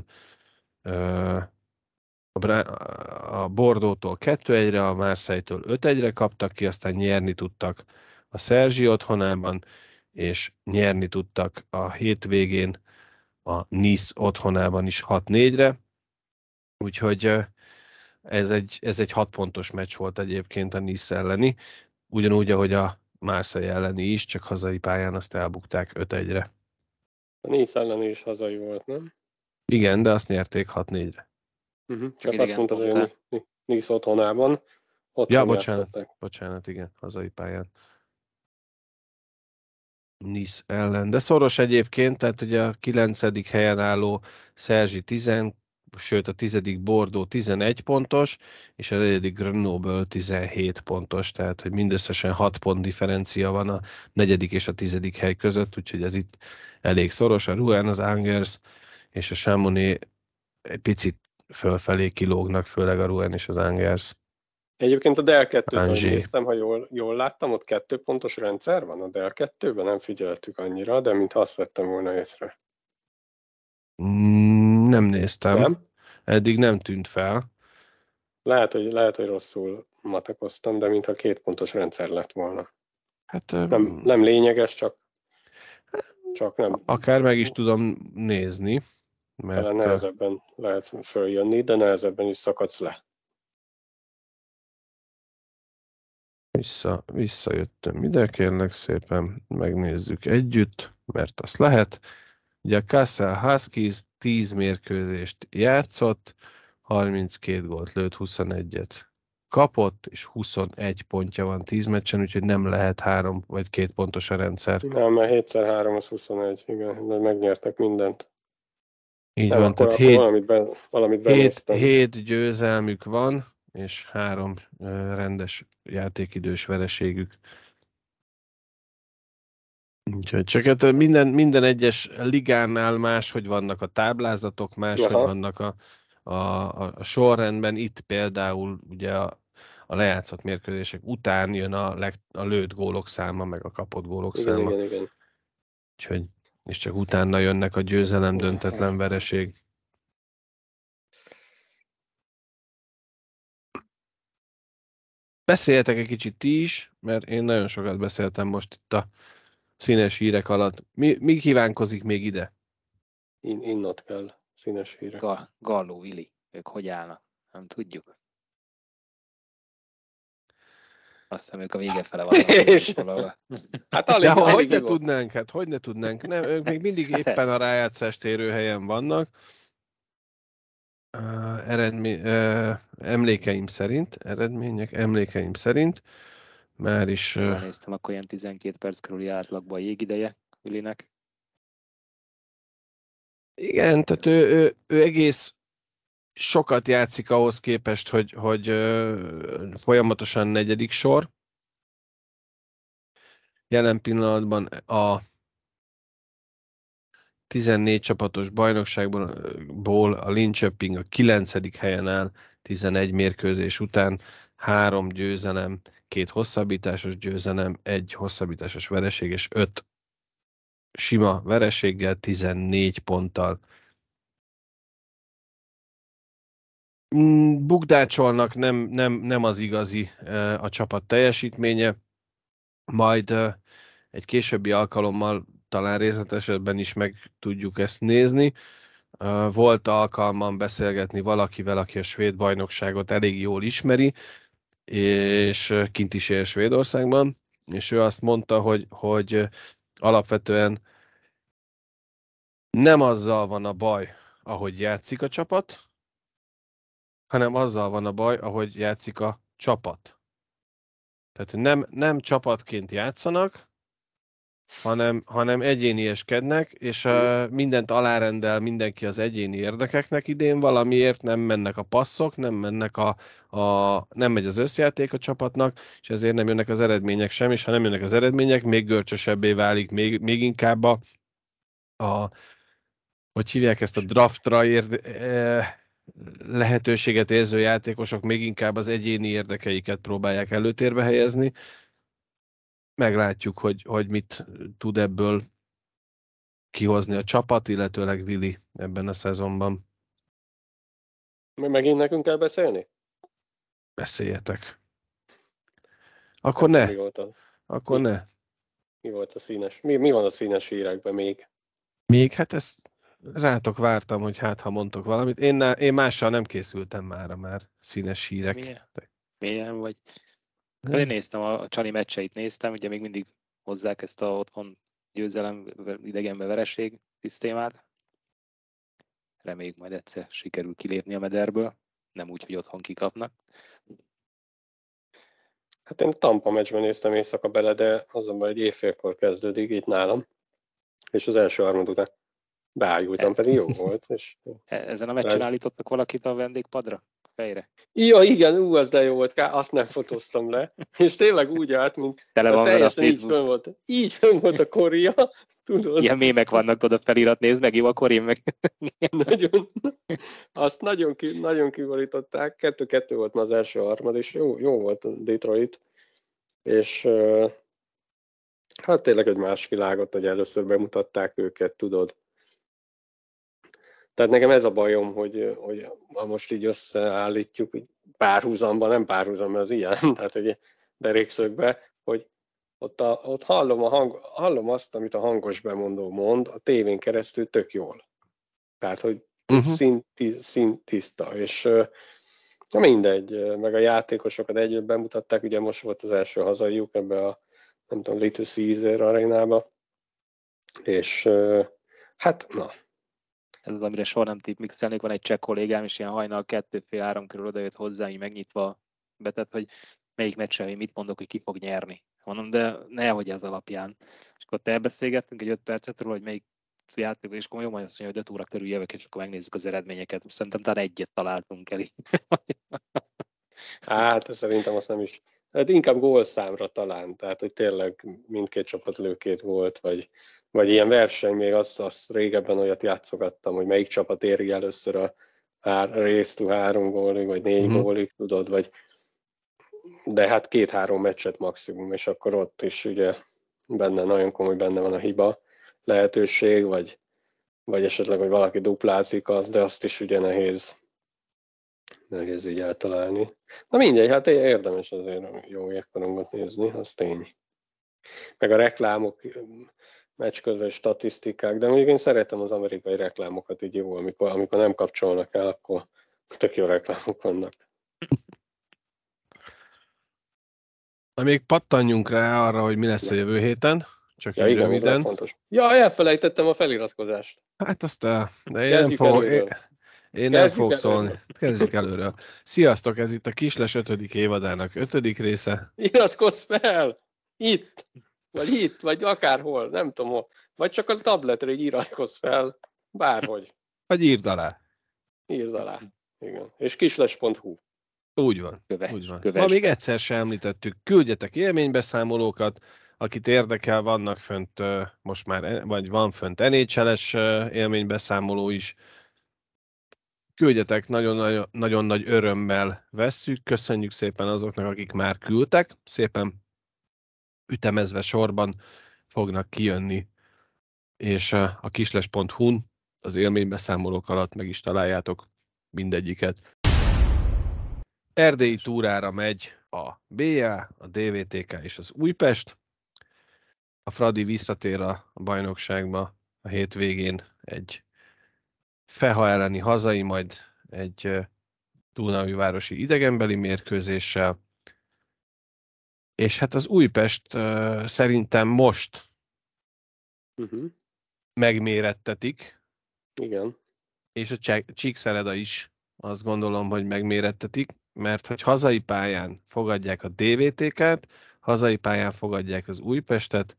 Speaker 2: a Bordeaux-tól 2-1-re, a Marseille-től 5-1-re kaptak ki, aztán nyerni tudtak a Szerzsi otthonában, és nyerni tudtak a hétvégén a Nice otthonában is 6-4-re. Úgyhogy ez egy 6 pontos meccs volt egyébként a Nice elleni, ugyanúgy, ahogy a Marseille elleni is, csak hazai pályán azt elbukták 5-1-re.
Speaker 1: A Nice elleni is hazai volt, nem?
Speaker 2: Igen, de azt nyerték 6-4-re.
Speaker 1: Csak azt mondtad, hogy a Nice otthonában. Otthon
Speaker 2: bocsánat, igen, hazai pályán. Nice ellen. De szoros egyébként, tehát ugye a 9. helyen álló Szerzsi 10, sőt a 10. Bordeaux 11 pontos, és a 4. Grenoble 17 pontos, tehát hogy mindösszesen 6 pont differencia van a 4. és a 10. hely között, úgyhogy ez itt elég szoros. A Rouen, az Angers és a Chamonix egy picit fölfelé kilógnak, főleg a Rouen és az Angers.
Speaker 1: Egyébként a DL2-t, ahogy néztem, ha jól láttam, ott 2 pontos rendszer van a DL2-ben, nem figyeltük annyira, de mintha azt vettem volna észre.
Speaker 2: Nem néztem. Nem? Eddig nem tűnt fel.
Speaker 1: Lehet, hogy rosszul matekoztam, de mintha 2 pontos rendszer lett volna.
Speaker 2: Hát,
Speaker 1: nem lényeges, csak nem.
Speaker 2: Akár meg is tudom nézni. Mert
Speaker 1: talán nehezebben lehet följönni, de nehezebben is szakadsz le.
Speaker 2: Visszajöttem ide, kérlek szépen, megnézzük együtt, mert azt lehet. Ugye a Kassel Huskies 10 mérkőzést játszott, 32 gólt lőtt, 21-et kapott, és 21 pontja van 10 meccsen, úgyhogy nem lehet 3 vagy 2 pontos a rendszer.
Speaker 1: Nem, mert 7x3 az 21, igen, de megnyertek mindent.
Speaker 2: Így nem, van, tehát
Speaker 1: valamit benéztem.
Speaker 2: 7 győzelmük van, és 3 rendes játékidős vereségük. Úgyhogy csak hát minden egyes ligánál máshogy vannak a táblázatok, máshogy vannak a sorrendben. Itt például ugye a lejátszott mérkőzések után jön a lőtt gólok száma, meg a kapott gólok száma.
Speaker 1: Igen.
Speaker 2: Úgyhogy, és csak utána jönnek a győzelem, döntetlen vereség. Beszéljetek egy kicsit ti is, mert én nagyon sokat beszéltem most itt a színes hírek alatt. Mi kívánkozik még ide?
Speaker 1: Innot kell színes hírek.
Speaker 3: Galló, Vili, ők hogy állnak? Nem tudjuk. Azt hiszem, ők a vége fele vannak.
Speaker 1: Hát
Speaker 2: de hogy ne tudnánk, hogy ne tudnánk. Nem, ők még mindig éppen a rájátszás térőhelyen vannak. Emlékeim szerint, már is...
Speaker 3: Jól néztem, akkor ilyen 12 perc körüli átlagban a jégideje Willinek.
Speaker 2: Igen, tehát ő egész sokat játszik ahhoz képest, hogy folyamatosan negyedik sor. Jelen pillanatban a 14 csapatos bajnokságból a Linköping a 9. helyen áll 11 mérkőzés után, 3 győzelem, 2 hosszabbításos győzelem, 1 hosszabbításos vereség és 5 sima vereséggel, 14 ponttal. Bukdácsolnak, nem az igazi a csapat teljesítménye, majd egy későbbi alkalommal talán részletesebben is meg tudjuk ezt nézni. Volt alkalmam beszélgetni valakivel, aki a svéd bajnokságot elég jól ismeri, és kint is él Svédországban, és ő azt mondta, hogy alapvetően nem azzal van a baj, ahogy játszik a csapat, hanem azzal van a baj, ahogy játszik a csapat. Tehát nem csapatként játszanak, hanem egyénieskednek, és mindent alárendel mindenki az egyéni érdekeknek idén, valamiért nem mennek a passzok, nem megy az összjáték a csapatnak, és ezért nem jönnek az eredmények sem, és ha nem jönnek az eredmények, még görcsösebbé válik, még inkább hogy hívják ezt a draftra lehetőséget érző játékosok még inkább az egyéni érdekeiket próbálják előtérbe helyezni. Meglátjuk, hogy mit tud ebből kihozni a csapat, illetőleg Vili ebben a szezonban.
Speaker 1: Megint nekünk kell beszélni?
Speaker 2: Beszéljetek. Akkor ne. Akkor ne.
Speaker 1: Mi volt a színes? Mi van a színes hírekben még?
Speaker 2: Még? Hát ezt rátok vártam, hogy ha mondtok valamit. Én mással nem készültem már színes hírek.
Speaker 3: Milyen vagy? Én néztem a Csani meccseit, ugye még mindig hozzák ezt a otthon győzelem, idegenbe vereség szisztémát. Reméljük majd egyszer sikerül kilépni a mederből, nem úgy, hogy otthon kikapnak.
Speaker 1: Hát én a Tampa meccsben néztem éjszaka bele, de azonban egy évfélkor kezdődik itt nálam, és az első harmad után beájultam, pedig jó volt. És
Speaker 3: ezen a meccsen állítottak valakit a vendégpadra? Fejre?
Speaker 1: Ja, igen, az de jó volt, azt nem fotóztam le. És tényleg úgy állt, mint teljesen így fönn volt a korria, tudod.
Speaker 3: Ilyen mémek vannak oda felirat, nézd meg, jó a korim meg.
Speaker 1: Azt nagyon kiborították, 2-2 volt ma az első harmad, és jó volt a Detroit. És hát tényleg egy más világot, hogy először bemutatták őket, tudod. Tehát nekem ez a bajom, hogy ha most így összeállítjuk párhuzamban, nem párhuzamban, az ilyen, tehát egy derékszögbe, hogy ott hallom azt, amit a hangos bemondó mond, a tévén keresztül tök jól. Tehát, hogy szint tiszta, és mindegy, meg a játékosokat együtt bemutatták, ugye most volt az első hazaiuk ebbe a, nem tudom, Little Caesar arénába, és hát, na.
Speaker 3: Ez az, amire soha nem tipmixelnék, van egy cseh kollégám, és ilyen hajnal 2-3 körül odajött hozzá, így megnyitva betett, hogy melyik meccsen, hogy mit mondok, hogy ki fog nyerni. Mondom, de nehogy ez alapján. És akkor te beszélgettünk egy 5 percet róla, hogy melyik játék, és akkor jó majd azt mondja, hogy 5 óra körül jövök, és akkor megnézzük az eredményeket. Szerintem talán egyet találtunk el.
Speaker 1: Hát szerintem azt nem is. Hát inkább gólszámra talán, tehát hogy tényleg mindkét csapat lőkét volt, vagy ilyen verseny, még azt régebben olyat játszogattam, hogy melyik csapat éri először a részt 3 gólig, vagy 4 gólig, tudod, vagy de hát 2-3 meccset maximum, és akkor ott is ugye nagyon komoly benne van a hiba lehetőség, vagy esetleg, hogy valaki duplázik az, de azt is ugye nehéz így eltalálni. Na mindegy, hát érdemes azért jó jégkorongot nézni, az tény. Meg a reklámok, meccs közben statisztikák, de mondjuk én szeretem az amerikai reklámokat így jó, amikor nem kapcsolnak el, akkor tök jó reklámok vannak.
Speaker 2: Még pattanjunk rá arra, hogy mi lesz a jövő héten, csak
Speaker 1: Ja,
Speaker 2: így
Speaker 1: igen, ez
Speaker 2: röviden.
Speaker 1: fontos. Ja, elfelejtettem a feliratkozást.
Speaker 2: Hát de
Speaker 1: Kezdjük előről.
Speaker 2: én nem
Speaker 1: Kezdjük
Speaker 2: fogok szólni.
Speaker 1: előről.
Speaker 2: Kezdjük előről. Sziasztok, ez itt a Kisles 5. évadának 5. része.
Speaker 1: Iratkozz fel! Itt, vagy akárhol, nem tudom hol. Vagy csak a tabletre így iratkozz fel. Bárhogy.
Speaker 2: Vagy írd alá.
Speaker 1: Írd alá. Igen. És kisles.hu.
Speaker 2: Úgy van.
Speaker 3: Kövess.
Speaker 2: Ma még egyszer sem említettük. Küldjetek élménybeszámolókat, akit érdekel, vannak fönt most már, vagy van fönt NHL-es élménybeszámoló is. Küldjetek, nagyon, nagyon nagy örömmel vesszük. Köszönjük szépen azoknak, akik már küldtek. Szépen ütemezve sorban fognak kijönni, és a kisles.hu-n az élménybeszámolók alatt meg is találjátok mindegyiket. Erdélyi túrára megy a BA, a DVTK és az Újpest. A Fradi visszatér a bajnokságba a hétvégén egy Feha elleni hazai, majd egy Dunaújvárosi idegenbeli mérkőzéssel. És hát az Újpest szerintem most megmérettetik.
Speaker 1: Igen.
Speaker 2: És a Csíkszereda is azt gondolom, hogy megmérettetik, mert hogy hazai pályán fogadják a DVTK-t, hazai pályán fogadják az Újpestet.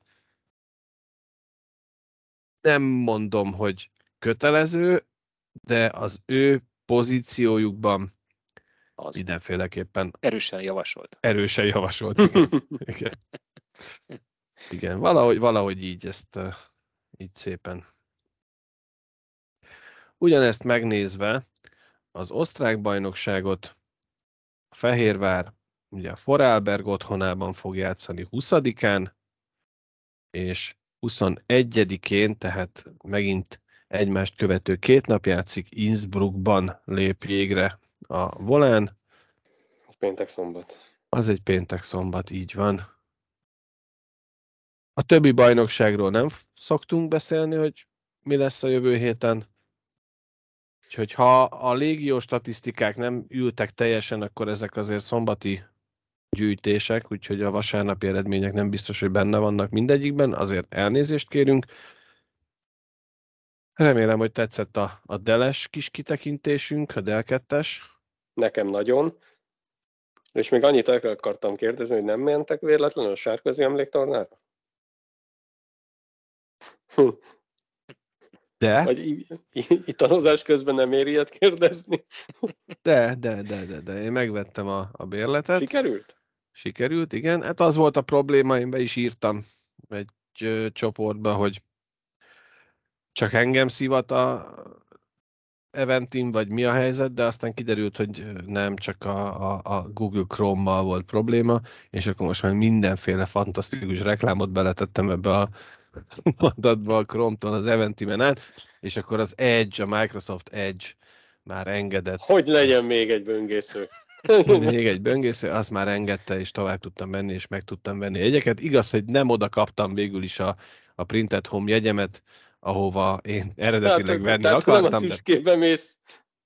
Speaker 2: Nem mondom, hogy kötelező, de az ő pozíciójukban az mindenféleképpen
Speaker 3: erősen javasolt.
Speaker 2: Igen. Igen, valahogy így ezt így szépen. Ugyanezt megnézve az osztrák bajnokságot, a Fehérvár ugye a Vorarlberg otthonában fog játszani 20-án, és 21-én, tehát megint egymást követő 2 nap játszik, Innsbruckban lép jégre a Volán.
Speaker 1: Az péntek-szombat.
Speaker 2: Az egy péntek-szombat, így van. A többi bajnokságról nem szoktunk beszélni, hogy mi lesz a jövő héten. Úgyhogy ha a légió statisztikák nem ültek teljesen, akkor ezek azért szombati gyűjtések, úgyhogy a vasárnapi eredmények nem biztos, hogy benne vannak mindegyikben, azért elnézést kérünk. Remélem, hogy tetszett a Deles kis kitekintésünk, a Del 2-es.
Speaker 1: Nekem nagyon. És még annyit akartam kérdezni, hogy nem mentek véletlenül a Sárközi emléktornára?
Speaker 2: De?
Speaker 1: Vagy italozás közben nem ér ilyet kérdezni?
Speaker 2: De. Én megvettem a bérletet. Sikerült, igen. Hát az volt a probléma, én be is írtam egy csoportba, hogy csak engem szívat a Eventim, vagy mi a helyzet, de aztán kiderült, hogy nem, csak a Google Chrome-mal volt probléma, és akkor most már mindenféle fantasztikus reklámot beletettem ebbe a mondatba a Chrome-tól az Eventimen át, és akkor az Edge, a Microsoft Edge már engedett.
Speaker 1: Hogy legyen még egy böngésző.
Speaker 2: Még egy böngésző, azt már engedte, és tovább tudtam menni, és meg tudtam venni jegyeket. Igaz, hogy nem oda kaptam végül is a Printed Home jegyemet, ahova én eredetileg venni akartam.
Speaker 1: Nem a tüskébe mész.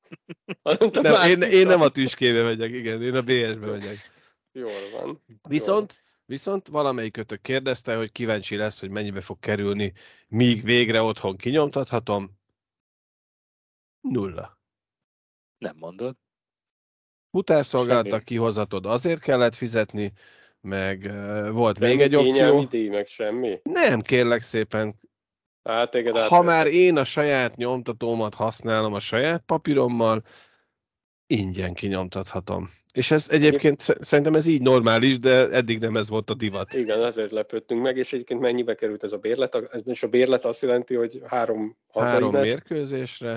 Speaker 2: Én nem a tüskébe megyek, igen, én a BS-be megyek.
Speaker 1: Jól van.
Speaker 2: Viszont valamelyikötök kérdezte, hogy kíváncsi lesz, hogy mennyibe fog kerülni, míg végre otthon kinyomtathatom. 0.
Speaker 3: Nem mondod.
Speaker 2: Futárszolgáltat kihozatod, azért kellett fizetni, meg volt
Speaker 1: semmi
Speaker 2: még egy opció.
Speaker 1: Díj, meg semmi?
Speaker 2: Nem, kérlek szépen.
Speaker 1: Hát,
Speaker 2: ha már én a saját nyomtatómat használom a saját papírommal, ingyen kinyomtathatom. És ez egyébként szerintem ez így normális, de eddig nem ez volt a divat.
Speaker 1: Igen, ezért lepődtünk meg, és egyébként mennyibe került ez a bérlet? És a bérlet azt jelenti, hogy 3
Speaker 2: mérkőzésre,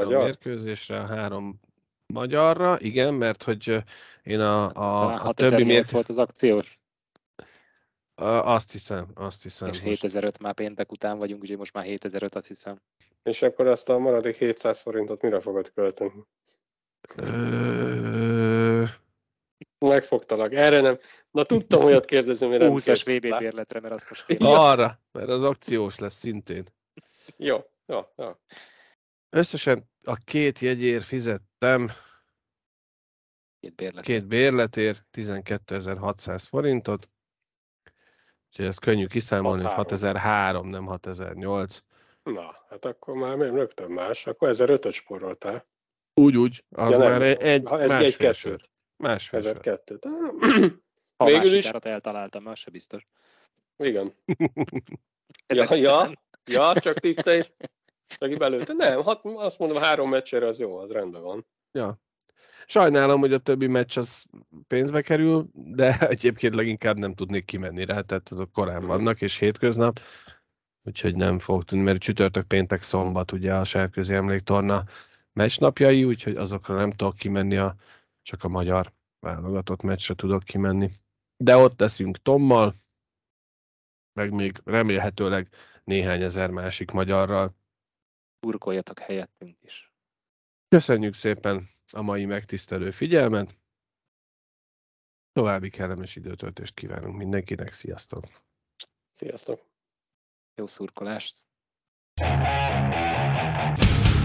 Speaker 2: 3 magyarra, igen, mert hogy én a többi
Speaker 3: mérkőzés volt az akciós.
Speaker 2: Azt hiszem.
Speaker 3: És 7005 már péntek után vagyunk, úgyhogy most már 7005, azt hiszem.
Speaker 1: És akkor azt a maradék 700 forintot mire fogod költeni? Megfogtalak. Erre nem. Na tudtam, olyat kérdezem, hogy nem
Speaker 3: 20-as VB bérletre, mert azt most
Speaker 2: arra, mert az akciós lesz szintén.
Speaker 1: Jó.
Speaker 2: Összesen a 2 jegyért fizettem 2 bérletért 12.600 forintot. Úgyhogy ezt könnyű kiszámolni, hogy
Speaker 1: 6-3.
Speaker 2: 6003, nem 6008.
Speaker 1: Na, hát akkor már rögtön más. Akkor 1005-öt spóroltál.
Speaker 2: Úgy, az
Speaker 1: Ja,
Speaker 2: már egy másfél sör.
Speaker 1: 1002-t.
Speaker 2: Másfél sör.
Speaker 1: 1002-t.
Speaker 3: Ha
Speaker 1: Végül
Speaker 3: másik
Speaker 1: is.
Speaker 3: árat eltaláltam, mert az se biztos.
Speaker 1: Igen.
Speaker 3: Ezek
Speaker 1: Ja, csak tippelj. Csak belőtte. Nem, azt mondom, 3 meccsere az jó, az rendben van.
Speaker 2: Ja. Sajnálom, hogy a többi meccs az pénzbe kerül, de egyébként leginkább nem tudnék kimenni rá, tehát azok korán vannak, és hétköznap, úgyhogy nem fog tudni, mert csütörtök, péntek, szombat ugye a Sárközi Emléktorna meccsnapjai, úgyhogy azokra nem tudok kimenni, csak a magyar válogatott meccsre tudok kimenni. De ott teszünk Tommal, meg még remélhetőleg néhány ezer másik magyarral.
Speaker 3: burkoljatok helyettünk is.
Speaker 2: Köszönjük szépen a mai megtisztelő figyelmet. További kellemes időtöltést kívánunk mindenkinek. Sziasztok!
Speaker 1: Sziasztok!
Speaker 3: Jó szurkolást!